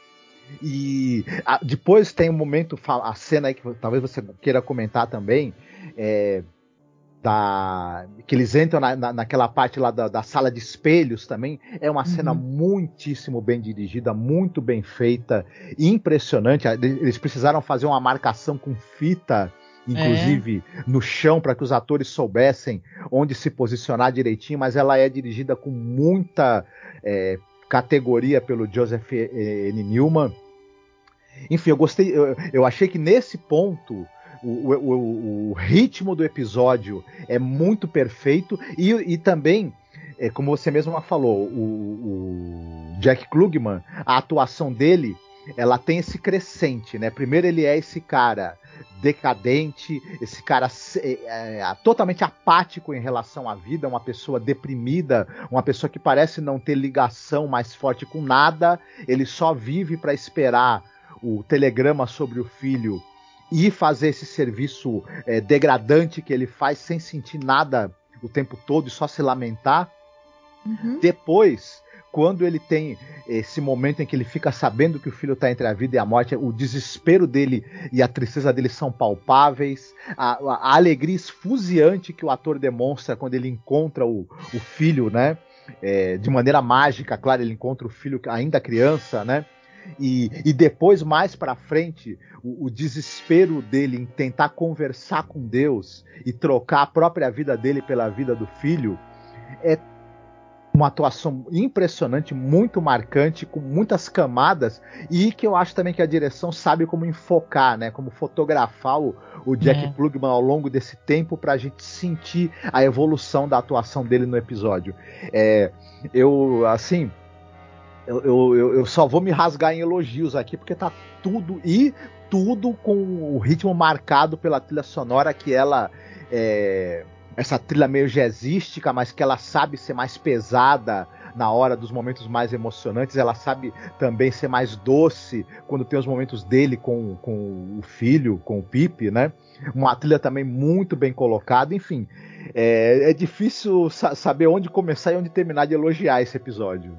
E a, depois tem um momento, a cena aí que talvez você queira comentar também, é, Da, que eles entram na, na, naquela parte lá da, da sala de espelhos também. É uma uhum. cena muitíssimo bem dirigida, muito bem feita, impressionante. Eles precisaram fazer uma marcação com fita, inclusive, é. no chão, para que os atores soubessem onde se posicionar direitinho, mas ela é dirigida com muita é, categoria pelo Joseph N. Newman. Enfim, eu gostei, eu, eu achei que nesse ponto O, o, o ritmo do episódio é muito perfeito, e, e também, é, como você mesmo falou, o, o Jack Klugman, a atuação dele, ela tem esse crescente, né? Primeiro ele é esse cara decadente, esse cara é, é, totalmente apático em relação à vida, uma pessoa deprimida, uma pessoa que parece não ter ligação mais forte com nada, ele só vive para esperar o telegrama sobre o filho e fazer esse serviço é, degradante que ele faz sem sentir nada o tempo todo e só se lamentar. Uhum. Depois, quando ele tem esse momento em que ele fica sabendo que o filho está entre a vida e a morte, o desespero dele e a tristeza dele são palpáveis, a, a alegria esfuziante que o ator demonstra quando ele encontra o, o filho, né? É, de maneira mágica, claro, ele encontra o filho ainda criança, né? E, e depois, mais pra frente, o, o desespero dele em tentar conversar com Deus e trocar a própria vida dele pela vida do filho é uma atuação impressionante, muito marcante, com muitas camadas, e que eu acho também que a direção sabe como enfocar, né, como fotografar o, o Jack é. Klugman ao longo desse tempo para a gente sentir a evolução da atuação dele no episódio. É, eu, assim, eu, eu, eu só vou me rasgar em elogios aqui, porque tá tudo, e tudo com o ritmo marcado pela trilha sonora, que ela é... essa trilha meio jazzística, mas que ela sabe ser mais pesada na hora dos momentos mais emocionantes. Ela sabe também ser mais doce quando tem os momentos dele com, com o filho, com o Pip, né? Uma trilha também muito bem colocada. Enfim, é, é difícil sa- saber onde começar e onde terminar de elogiar esse episódio.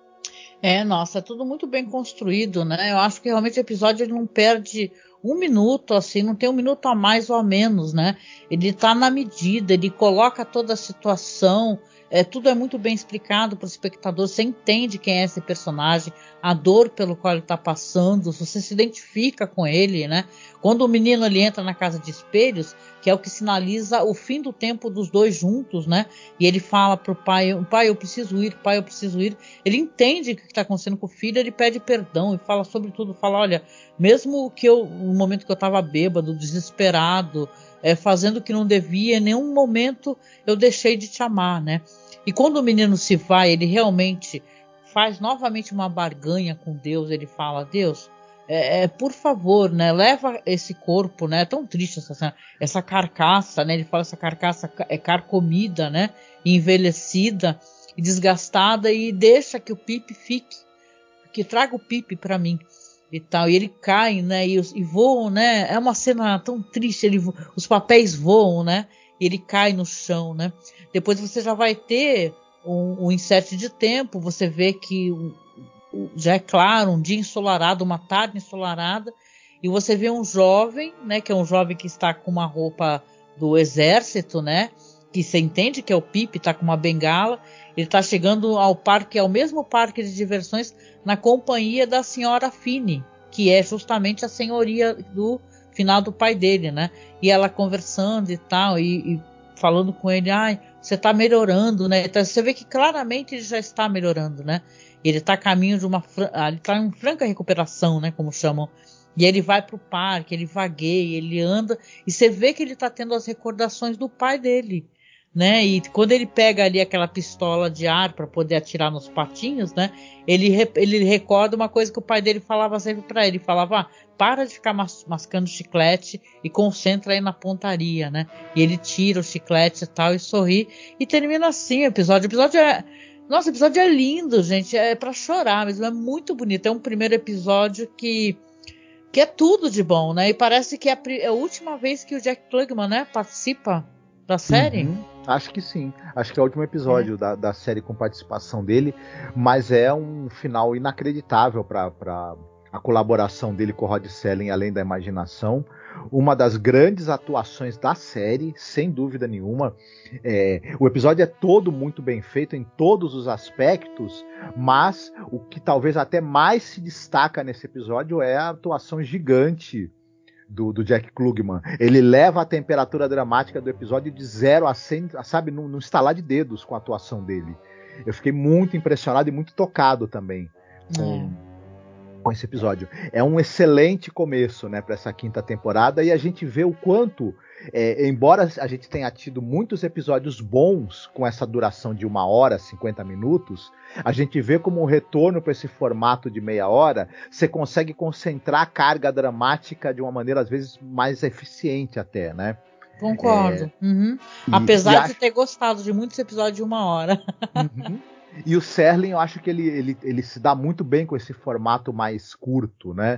É, nossa, é tudo muito bem construído, né? Eu acho que realmente o episódio ele não perde um minuto, assim, não tem um minuto a mais ou a menos, né? Ele tá na medida, ele coloca toda a situação, é, tudo é muito bem explicado para o espectador, você entende quem é esse personagem, a dor pelo qual ele tá passando, você se identifica com ele, né? Quando o menino ele entra na casa de espelhos, que é o que sinaliza o fim do tempo dos dois juntos, né? E ele fala pro pai, pai, eu preciso ir, pai, eu preciso ir. Ele entende o que está acontecendo com o filho, ele pede perdão e fala sobre tudo, fala, olha, mesmo que eu, no momento que eu estava bêbado, desesperado, é, fazendo o que não devia, em nenhum momento eu deixei de te amar, né? E quando o menino se vai, ele realmente faz novamente uma barganha com Deus, ele fala, Deus, é, é, por favor, né, leva esse corpo, né, é tão triste essa, essa carcaça, né, ele fala essa carcaça é carcomida, né, envelhecida e desgastada, e deixa que o Pip fique, que traga o Pip para mim e tal, e ele cai, né, e, e voam, né, é uma cena tão triste, ele, os papéis voam, né, e ele cai no chão, né, depois você já vai ter um, um insert de tempo, você vê que já é claro, um dia ensolarado, uma tarde ensolarada, e você vê um jovem, né, que é um jovem que está com uma roupa do exército, né, que você entende que é o Pip, está com uma bengala, ele está chegando ao parque, ao mesmo parque de diversões, na companhia da senhora Finney, que é justamente a senhoria do final do pai dele, né, e ela conversando e tal, e, e falando com ele, ai, você está melhorando, né, então, você vê que claramente ele já está melhorando, né, ele está a caminho de uma, ele está em franca recuperação, né, como chamam, e ele vai para o parque, ele vagueia, ele anda, e você vê que ele está tendo as recordações do pai dele, né, e quando ele pega ali aquela pistola de ar para poder atirar nos patinhos, né, ele, ele recorda uma coisa que o pai dele falava sempre para ele, falava, ah, para de ficar mas, mascando chiclete e concentra aí na pontaria, né, e ele tira o chiclete e tal, e sorri, e termina assim o episódio, o episódio é, nossa, o episódio é lindo, gente, é para chorar mesmo, é muito bonito, é um primeiro episódio que que é tudo de bom, né, e parece que é a, é a última vez que o Jack Klugman, né, participa da série. Uhum, acho que sim, acho que é o último episódio é. da, da série com participação dele, mas é um final inacreditável para a colaboração dele com o Rod Serling, além da imaginação, uma das grandes atuações da série, sem dúvida nenhuma. É, o episódio é todo muito bem feito em todos os aspectos, mas o que talvez até mais se destaca nesse episódio é a atuação gigante Do, do Jack Klugman. Ele leva a temperatura dramática do episódio de zero a cem, sabe, num, num estalar de dedos com a atuação dele. Eu fiquei muito impressionado e muito tocado também com, é. com esse episódio. É um excelente começo, né, para essa quinta temporada, e a gente vê o quanto, é, embora a gente tenha tido muitos episódios bons com essa duração de uma hora, cinquenta minutos, a gente vê como um retorno para esse formato de meia hora, você consegue concentrar a carga dramática de uma maneira, às vezes, mais eficiente até, né? Concordo. É... Uhum. E, Apesar e de acho... ter gostado de muitos episódios de uma hora. Uhum. E o Serling, eu acho que ele, ele, ele se dá muito bem com esse formato mais curto, né?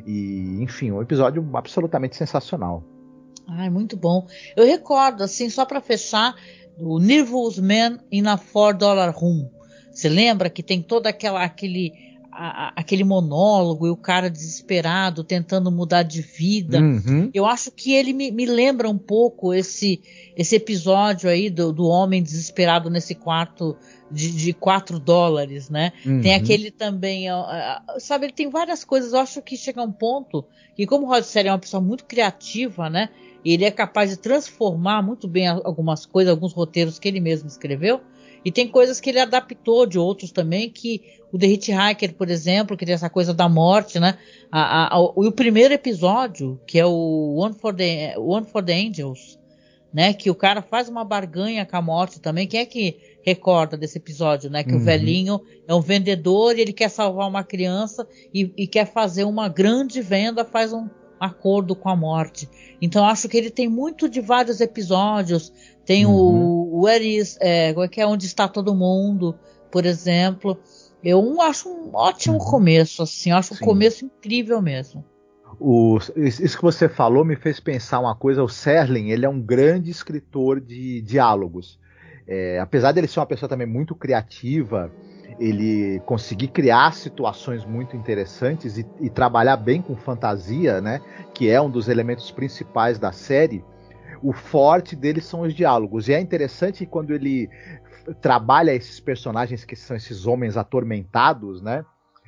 E, enfim, um episódio absolutamente sensacional. Ai, muito bom. Eu recordo, assim, só para fechar, o Nervous Man in a four dollar Room. Você lembra que tem todo aquela, aquele, a, a, aquele monólogo e o cara desesperado tentando mudar de vida? Uhum. Eu acho que ele me, me lembra um pouco esse, esse episódio aí do, do homem desesperado nesse quarto de, de quatro dólares, né? Uhum. Tem aquele também, uh, uh, sabe, ele tem várias coisas. Eu acho que chega a um ponto que, como o Rod Serling é uma pessoa muito criativa, né? Ele é capaz de transformar muito bem algumas coisas, alguns roteiros que ele mesmo escreveu. E tem coisas que ele adaptou de outros também, que o The Hitchhiker, por exemplo, que tem essa coisa da morte, né? A, a, a, o, o primeiro episódio, que é o One for the, One for the Angels, né? Que o cara faz uma barganha com a morte também. Quem é que recorda desse episódio, né? Que uhum. o velhinho é um vendedor e ele quer salvar uma criança e, e quer fazer uma grande venda, faz um acordo com a morte. Então acho que ele tem muito de vários episódios. Tem uhum. o Where is, é, que é Onde Está Todo Mundo, por exemplo. Eu acho um ótimo uhum. começo, assim. Eu acho Sim. um começo incrível mesmo. O, isso que você falou me fez pensar uma coisa. O Serling, ele é um grande escritor de diálogos. É, apesar dele ser uma pessoa também muito criativa, ele conseguir criar situações muito interessantes e, e trabalhar bem com fantasia, né, que é um dos elementos principais da série. O forte dele são os diálogos. E é interessante quando ele trabalha esses personagens que são esses homens atormentados, né?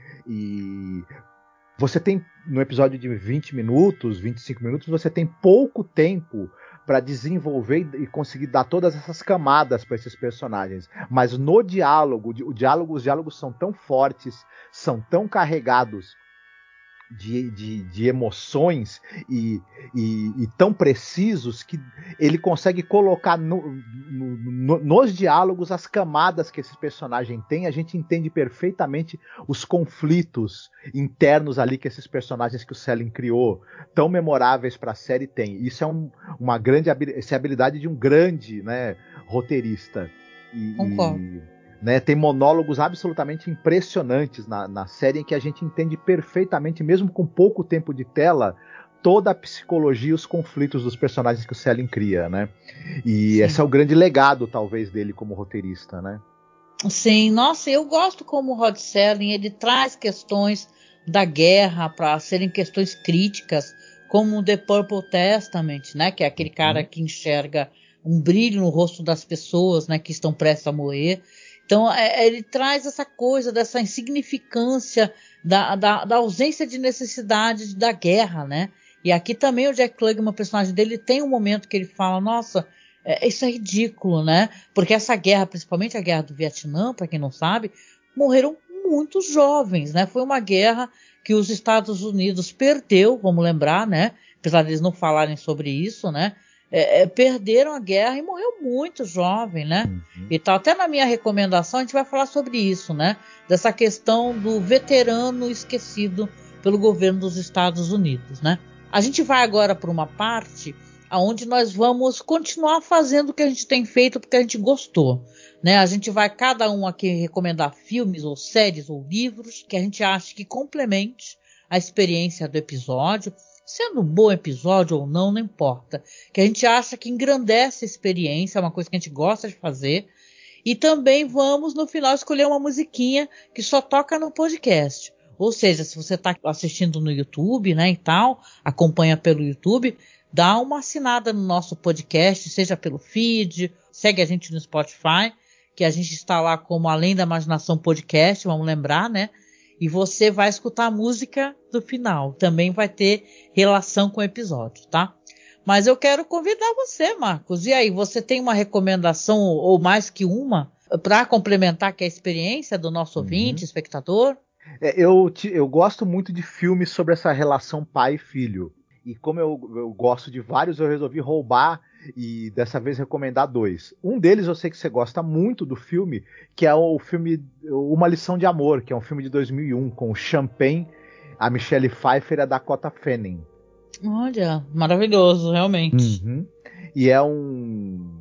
E você tem, no episódio de vinte minutos, vinte e cinco minutos, você tem pouco tempo para desenvolver e conseguir dar todas essas camadas para esses personagens. Mas no diálogo, o diálogo, os diálogos são tão fortes, são tão carregados de, de, de emoções e, e, e tão precisos que ele consegue colocar no, no, no, nos diálogos as camadas que esse personagem tem. A gente entende perfeitamente os conflitos internos ali que esses personagens que o Serling criou, tão memoráveis para a série, tem. Isso é um, uma grande essa é a habilidade de um grande, né, roteirista. E, Concordo. E, né, tem monólogos absolutamente impressionantes na, na série em que a gente entende perfeitamente, mesmo com pouco tempo de tela, toda a psicologia e os conflitos dos personagens que o Serling cria, né? E Sim. esse é o grande legado, talvez, dele como roteirista, né? Sim, nossa, eu gosto como o Rod Serling, ele traz questões da guerra para serem questões críticas, como The Purple Testament, né? Que é aquele cara uhum. que enxerga um brilho no rosto das pessoas, né? Que estão prestes a morrer. Então, é, ele traz essa coisa dessa insignificância, da, da, da ausência de necessidade da guerra, né? E aqui também o Jack Klugman, o personagem dele, tem um momento que ele fala, nossa, é, isso é ridículo, né? Porque essa guerra, principalmente a guerra do Vietnã, para quem não sabe, morreram muitos jovens, né? Foi uma guerra que os Estados Unidos perdeu, vamos lembrar, né? Apesar deles não falarem sobre isso, né? É, é, perderam a guerra e morreu muito jovem, né? Uhum. E tal. Até na minha recomendação a gente vai falar sobre isso, né? Dessa questão do veterano esquecido pelo governo dos Estados Unidos, né? A gente vai agora para uma parte onde nós vamos continuar fazendo o que a gente tem feito porque a gente gostou, né? A gente vai cada um aqui recomendar filmes ou séries ou livros que a gente acha que complemente a experiência do episódio. Sendo um bom episódio ou não, não importa. Que a gente acha que engrandece a experiência, é uma coisa que a gente gosta de fazer. E também vamos, no final, escolher uma musiquinha que só toca no podcast. Ou seja, se você está assistindo no YouTube, né, e tal, acompanha pelo YouTube, dá uma assinada no nosso podcast, seja pelo feed, segue a gente no Spotify, que a gente está lá como Além da Imaginação Podcast, vamos lembrar, né? E você vai escutar a música do final. Também vai ter relação com o episódio, tá? Mas eu quero convidar você, Marcos. E aí, você tem uma recomendação ou mais que uma para complementar aqui a experiência do nosso ouvinte, uhum. espectador? É, eu, te, eu gosto muito de filmes sobre essa relação pai e filho. E como eu, eu gosto de vários, eu resolvi roubar e dessa vez recomendar dois. Um deles eu sei que você gosta muito do filme, que é o filme Uma Lição de Amor, que é um filme de dois mil e um, com o Champagne, a Michelle Pfeiffer e a Dakota Fanning. Olha, maravilhoso, realmente. Uhum. E é um...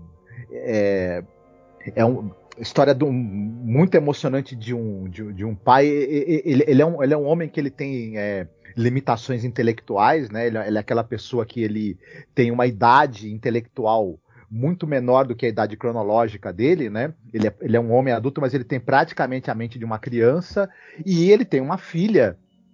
É, é um... história do, muito emocionante de um, de, de um pai. Ele, ele, é um, ele é um homem que ele tem é, limitações intelectuais, né? Ele, ele é aquela pessoa que ele tem uma idade intelectual muito menor do que a idade cronológica dele, né? Ele é, ele é um homem adulto, mas ele tem praticamente a mente de uma criança, e ele tem uma filha.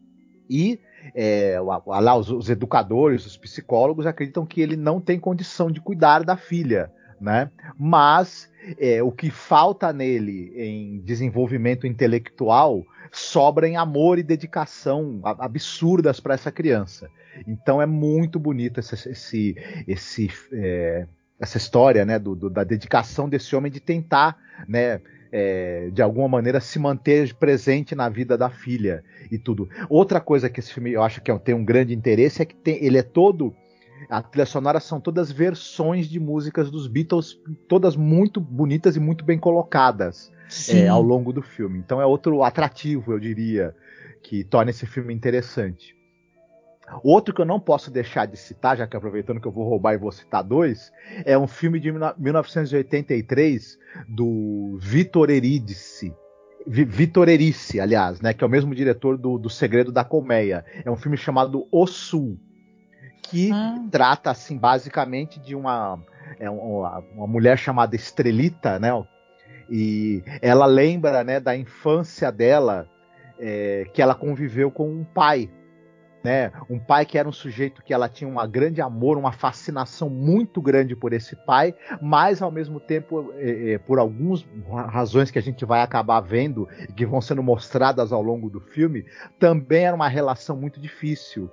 E é, lá os, os educadores, os psicólogos acreditam que ele não tem condição de cuidar da filha, né? Mas é, o que falta nele em desenvolvimento intelectual sobra em amor e dedicação absurdas para essa criança. Então é muito bonito esse, esse, esse, é, essa história, né, do, do, da dedicação desse homem de tentar, né, é, de alguma maneira se manter presente na vida da filha e tudo. Outra coisa que esse filme eu acho que tem um grande interesse é que tem, ele é todo, a trilha sonora são todas versões de músicas dos Beatles, todas muito bonitas e muito bem colocadas é, ao longo do filme. Então é outro atrativo, eu diria, que torna esse filme interessante. Outro que eu não posso deixar de citar, já que aproveitando que eu vou roubar e vou citar dois, é um filme de mil novecentos e oitenta e três do Vitor Erice, Vitor Erice, aliás, né, que é o mesmo diretor do, do Segredo da Colmeia. É um filme chamado O Sul, que ah. trata, assim, basicamente de uma, é uma, uma mulher chamada Estrelita, né, e ela lembra, né, da infância dela, é, que ela conviveu com um pai, né, um pai que era um sujeito que ela tinha um grande amor, uma fascinação muito grande por esse pai, mas ao mesmo tempo, é, é, por algumas razões que a gente vai acabar vendo e que vão sendo mostradas ao longo do filme, também era uma relação muito difícil.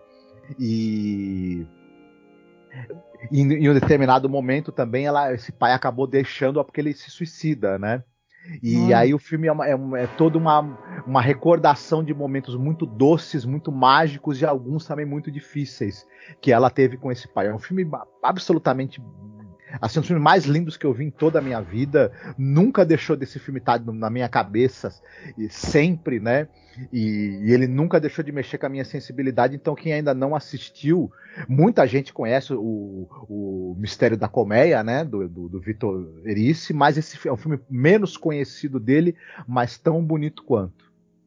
E em, em um determinado momento também ela, esse pai acabou deixando-a porque ele se suicida, né? E Olha. aí o filme é, uma, é, uma, é toda uma, uma recordação de momentos muito doces, muito mágicos e alguns também muito difíceis que ela teve com esse pai. É um filme absolutamente, assim, um dos filmes mais lindos que eu vi em toda a minha vida. Nunca deixou desse filme estar na minha cabeça, e sempre, né? E, e ele nunca deixou de mexer com a minha sensibilidade. Então quem ainda não assistiu, muita gente conhece o, o Mistério da Colmeia, né, do, do, do Vitor Erice, mas esse é um filme menos conhecido dele, mas tão bonito quanto.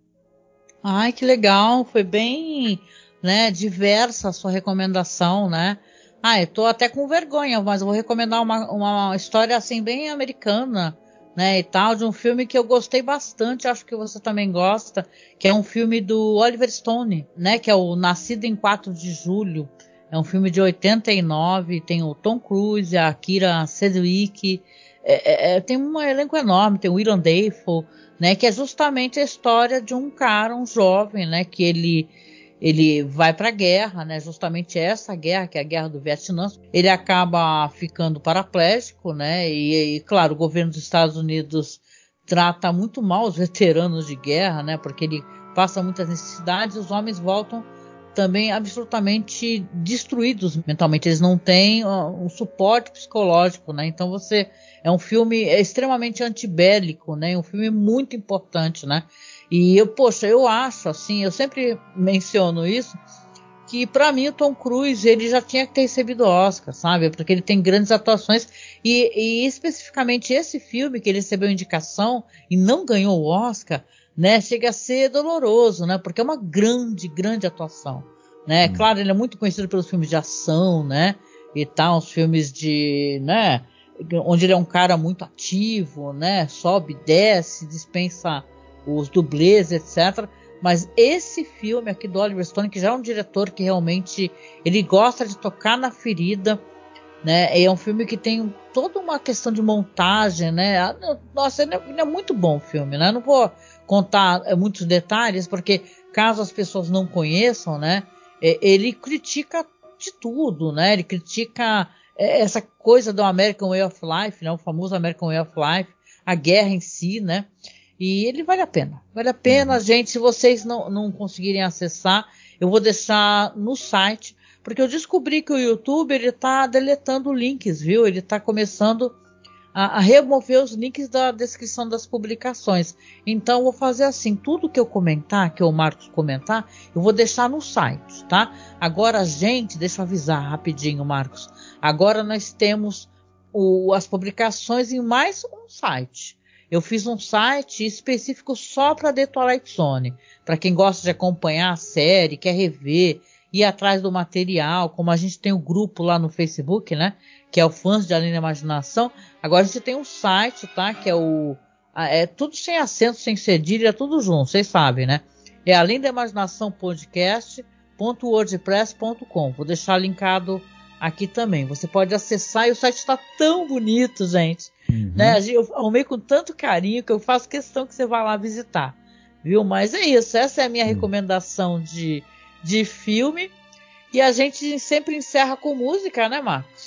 Ai, que legal, foi bem, né, diversa a sua recomendação, né? Ah, eu tô até com vergonha, mas eu vou recomendar uma, uma história assim bem americana, né, e tal, de um filme que eu gostei bastante, acho que você também gosta, que é um filme do Oliver Stone, né, que é o Nascido em quatro de julho. É um filme de oitenta e nove, tem o Tom Cruise, a Keira Sedgwick, é, é, tem um elenco enorme, tem o Willem Dafoe, né, que é justamente a história de um cara, um jovem, né, que ele ele vai para a guerra, né, justamente essa guerra, que é a guerra do Vietnã. Ele acaba ficando paraplégico, né, e, e claro, o governo dos Estados Unidos trata muito mal os veteranos de guerra, né, porque ele passa muitas necessidades e os homens voltam também absolutamente destruídos mentalmente, eles não têm uh, um suporte psicológico, né, então você, é um filme extremamente antibélico, né, um filme muito importante, né, e eu, poxa, eu acho assim, eu sempre menciono isso, que pra mim o Tom Cruise, ele já tinha que ter recebido o Oscar, sabe, porque ele tem grandes atuações, e, e especificamente esse filme que ele recebeu indicação e não ganhou o Oscar, né, chega a ser doloroso, né, porque é uma grande, grande atuação, né, hum. Claro, ele é muito conhecido pelos filmes de ação, né, e tal, os filmes de, né, onde ele é um cara muito ativo, né, sobe, desce, dispensa os dublês, etcétera, mas esse filme aqui do Oliver Stone, que já é um diretor que realmente, ele gosta de tocar na ferida, né, é um filme que tem toda uma questão de montagem, né, nossa, ele é, ele é muito bom o filme, né, eu não vou contar é, muitos detalhes, porque caso as pessoas não conheçam, né, é, ele critica de tudo, né, ele critica é, essa coisa do American Way of Life, né, o famoso American Way of Life, a guerra em si, né, e ele vale a pena, vale a pena, uhum. Gente, se vocês não, não conseguirem acessar, eu vou deixar no site, porque eu descobri que o YouTube, ele tá deletando links, viu, ele tá começando a, a remover os links da descrição das publicações. Então eu vou fazer assim, tudo que eu comentar, que o Marcos comentar, eu vou deixar no site, tá? Agora, gente, deixa eu avisar rapidinho, Marcos. Agora nós temos o, as publicações em mais um site. Eu fiz um site específico só para The Twilight Zone. Para quem gosta de acompanhar a série, quer rever, ir atrás do material, como a gente tem o grupo lá no Facebook, né? Que é o Fãs de Além da Imaginação. Agora a gente tem um site, tá? Que é o... É tudo sem acento, sem cedilha, é tudo junto, vocês sabem, né? É além da imaginação podcast ponto wordpress ponto com. Vou deixar linkado aqui também. Você pode acessar e o site está tão bonito, gente. Uhum. Né? Eu arrumei com tanto carinho que eu faço questão que você vá lá visitar. Viu? Mas é isso. Essa é a minha uhum. recomendação de, de filme. E a gente sempre encerra com música, né, Marcos?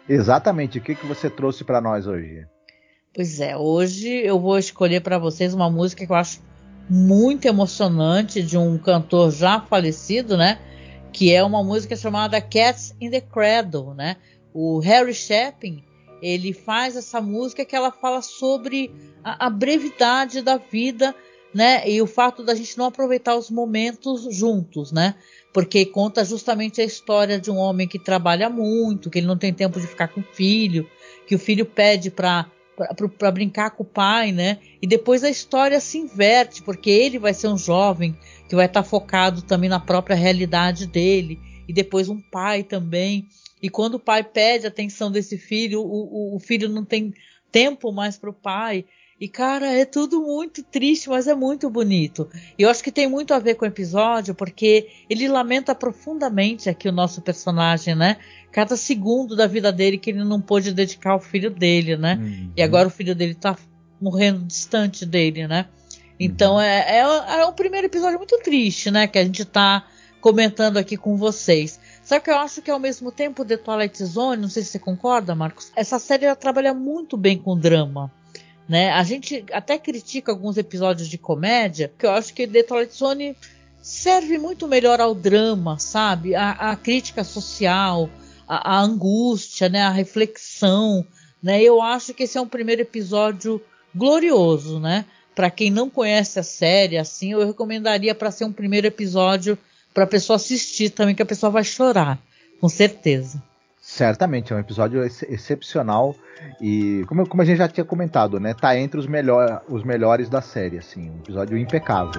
Exatamente. O que, que você trouxe para nós hoje? Pois é, hoje eu vou escolher para vocês uma música que eu acho muito emocionante, de um cantor já falecido, né? Que é uma música chamada Cats in the Cradle, né? O Harry Chapin, ele faz essa música que ela fala sobre a, a brevidade da vida, né? E o fato da gente não aproveitar os momentos juntos, né? Porque conta justamente a história de um homem que trabalha muito, que ele não tem tempo de ficar com o filho, que o filho pede para para brincar com o pai, né? E depois a história se inverte, porque ele vai ser um jovem que vai estar focado também na própria realidade dele, e depois um pai também. E quando o pai pede a atenção desse filho, o, o, o filho não tem tempo mais para o pai. E, cara, é tudo muito triste, mas é muito bonito. E eu acho que tem muito a ver com o episódio, porque ele lamenta profundamente aqui o nosso personagem, né? Cada segundo da vida dele que ele não pôde dedicar ao filho dele, né? Uhum. E agora o filho dele tá morrendo distante dele, né? Então, uhum. é, é, é um primeiro episódio muito triste, né? Que a gente tá comentando aqui com vocês. Só que eu acho que ao mesmo tempo The Twilight Zone, não sei se você concorda, Marcos, essa série ela trabalha muito bem com drama. Né? A gente até critica alguns episódios de comédia, que eu acho que The Twilight Zone serve muito melhor ao drama, sabe? A, a crítica social, a, a angústia, né? A reflexão, né? Eu acho que esse é um primeiro episódio glorioso, né? Para quem não conhece a série, assim, eu recomendaria para ser um primeiro episódio para a pessoa assistir também, que a pessoa vai chorar, com certeza. Certamente, é um episódio ex- excepcional e, como, como a gente já tinha comentado, né, tá entre os, melhor, os melhores da série, assim, um episódio impecável.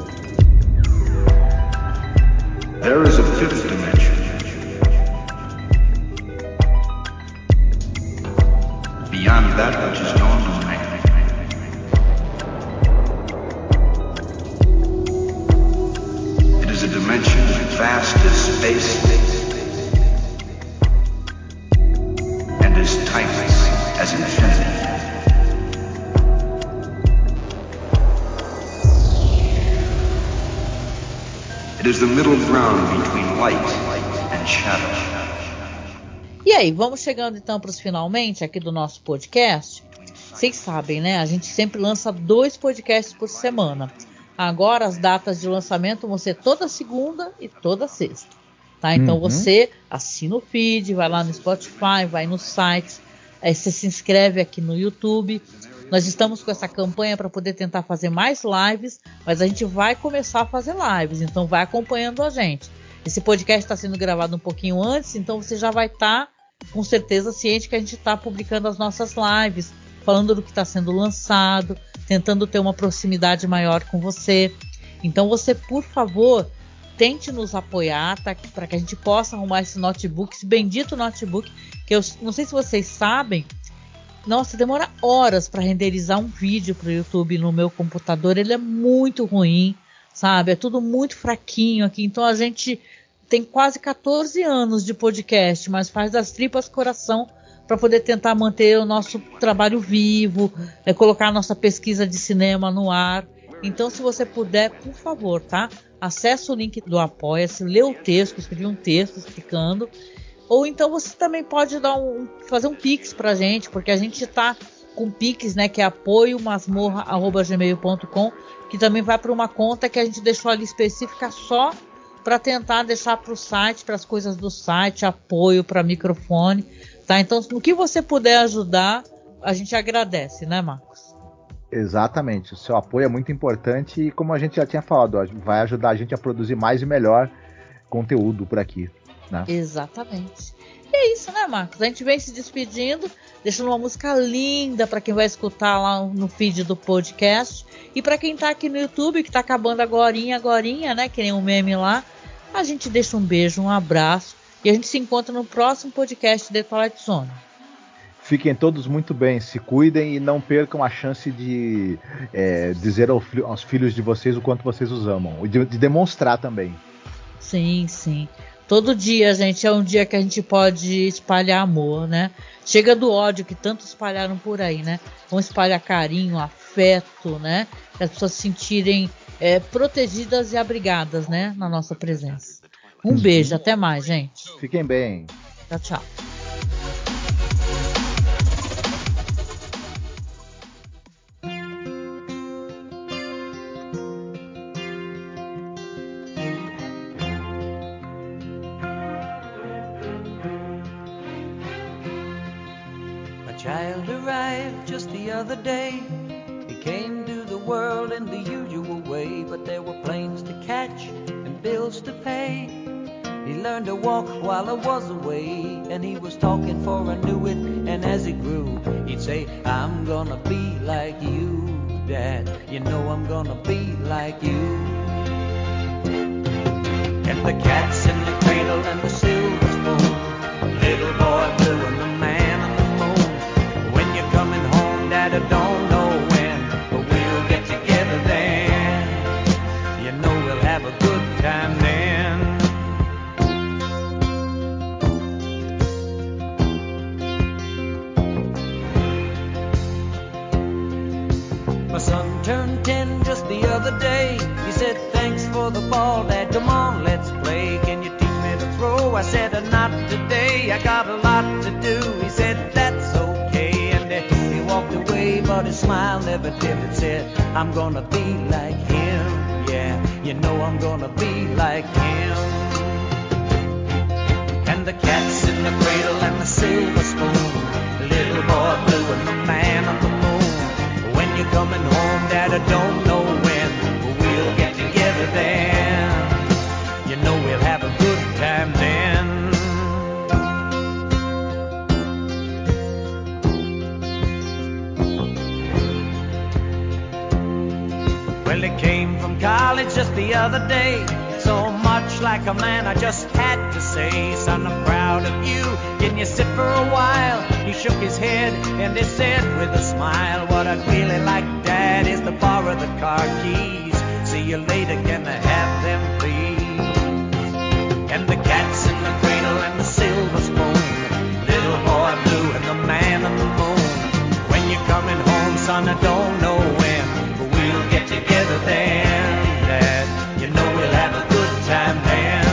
There is a fifth dimension. Beyond that which is known to man. It is a dimension vast as space. As timeless as infinity. It is the middle ground between light and shadow. E aí, vamos chegando então para os finalmente aqui do nosso podcast. Vocês sabem, né? A gente sempre lança dois podcasts por semana. Agora as datas de lançamento vão ser toda segunda e toda sexta. Tá? Então uhum. Você assina o feed, vai lá no Spotify, vai no site, aí você se inscreve aqui no YouTube. Nós estamos com essa campanha para poder tentar fazer mais lives, mas a gente vai começar a fazer lives, então vai acompanhando a gente. Esse podcast está sendo gravado um pouquinho antes, então você já vai estar tá, com certeza ciente que a gente está publicando as nossas lives, falando do que está sendo lançado, tentando ter uma proximidade maior com você. Então você, por favor, tente nos apoiar, tá? Para que a gente possa arrumar esse notebook, esse bendito notebook, que eu não sei se vocês sabem, nossa, demora horas para renderizar um vídeo para o YouTube no meu computador, ele é muito ruim, sabe? É tudo muito fraquinho aqui, então a gente tem quase catorze anos de podcast, mas faz das tripas coração para poder tentar manter o nosso trabalho vivo, é, colocar a nossa pesquisa de cinema no ar. Então, se você puder, por favor, tá? Acesse o link do Apoia-se, lê o texto, escrevi um texto explicando. Ou então você também pode dar um, fazer um pix pra gente, porque a gente tá com pix, né? Que é apoio masmorra arroba gmail ponto com, que também vai para uma conta que a gente deixou ali específica só para tentar deixar para o site, para as coisas do site, apoio para microfone, tá? Então, no que você puder ajudar, a gente agradece, né, Marcos? Exatamente, o seu apoio é muito importante e, como a gente já tinha falado, vai ajudar a gente a produzir mais e melhor conteúdo por aqui, né? Exatamente. E é isso, né, Marcos? A gente vem se despedindo, deixando uma música linda para quem vai escutar lá no feed do podcast. E para quem tá aqui no YouTube, que tá acabando agorinha, agorinha, né, que nem um meme lá, a gente deixa um beijo, um abraço e a gente se encontra no próximo podcast de Twilight Zone. Fiquem todos muito bem, se cuidem e não percam a chance de é, dizer ao, aos filhos de vocês o quanto vocês os amam. E de, de demonstrar também. Sim, sim. Todo dia, gente, é um dia que a gente pode espalhar amor, né? Chega do ódio que tanto espalharam por aí, né? Vamos espalhar carinho, afeto, né? Para as pessoas se sentirem é, protegidas e abrigadas, né? Na nossa presença. Um beijo, até mais, gente. Fiquem bem. Tchau, tchau. child arrived just the other day. He came to the world in the usual way, but there were planes to catch and bills to pay. He learned to walk while I was away, and he was talking for I knew it. And as he grew, he'd say, I'm gonna be like you, Dad. You know I'm gonna be like you. And the cat's in the cradle and the silver spoon, little boy blue and the man on the moon. When you're coming home, Dad, I don't know when, but we'll get together then. You know we'll have a good time then. My son turned ten just the other day. He said, thanks for the ball, Dad, come on, let's play. Can you teach me to throw? I said, not today, I got a lot to do. He said, that's okay, and he walked away, but his smile never dimmed. It said, I'm gonna be like him, yeah, you know I'm gonna be like him. And the cat's in the cradle and the silver spoon, little boy blue and the man on the moon. When you're coming home, Dad, I don't know when, but we'll get together then. You know we'll have a good time then. Well, he came from college just the other day, so much like a man I just had to say, son, I'm proud of you, can you sit for a while? He shook his head and he said with a smile, what I'd really like, Dad, is to borrow the car keys. See you later, can I have them please? And the cat's in the cradle and the silver spoon, little boy blue and the man on the moon. When you're coming home, son, I don't know when, but we'll get together then, Dad, you know we'll have a good time then.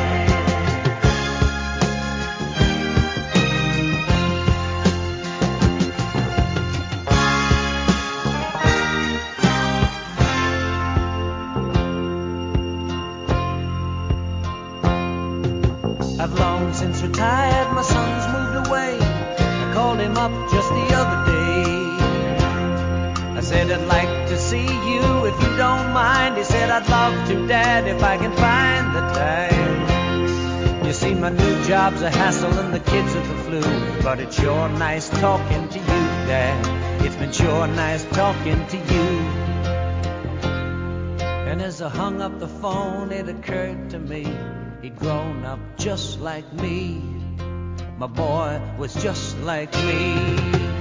I've long since retired, my son's moved away. I called him up just the other day. I said, I'd like to see you if you don't mind. He said, I'd love to, Dad, if I can find the time. You see, my new job's a hassle and the kids are the flu, but it's sure nice talking to you, Dad. It's been sure nice talking to you. And as I hung up the phone, it occurred to me, he'd grown up just like me. My boy was just like me.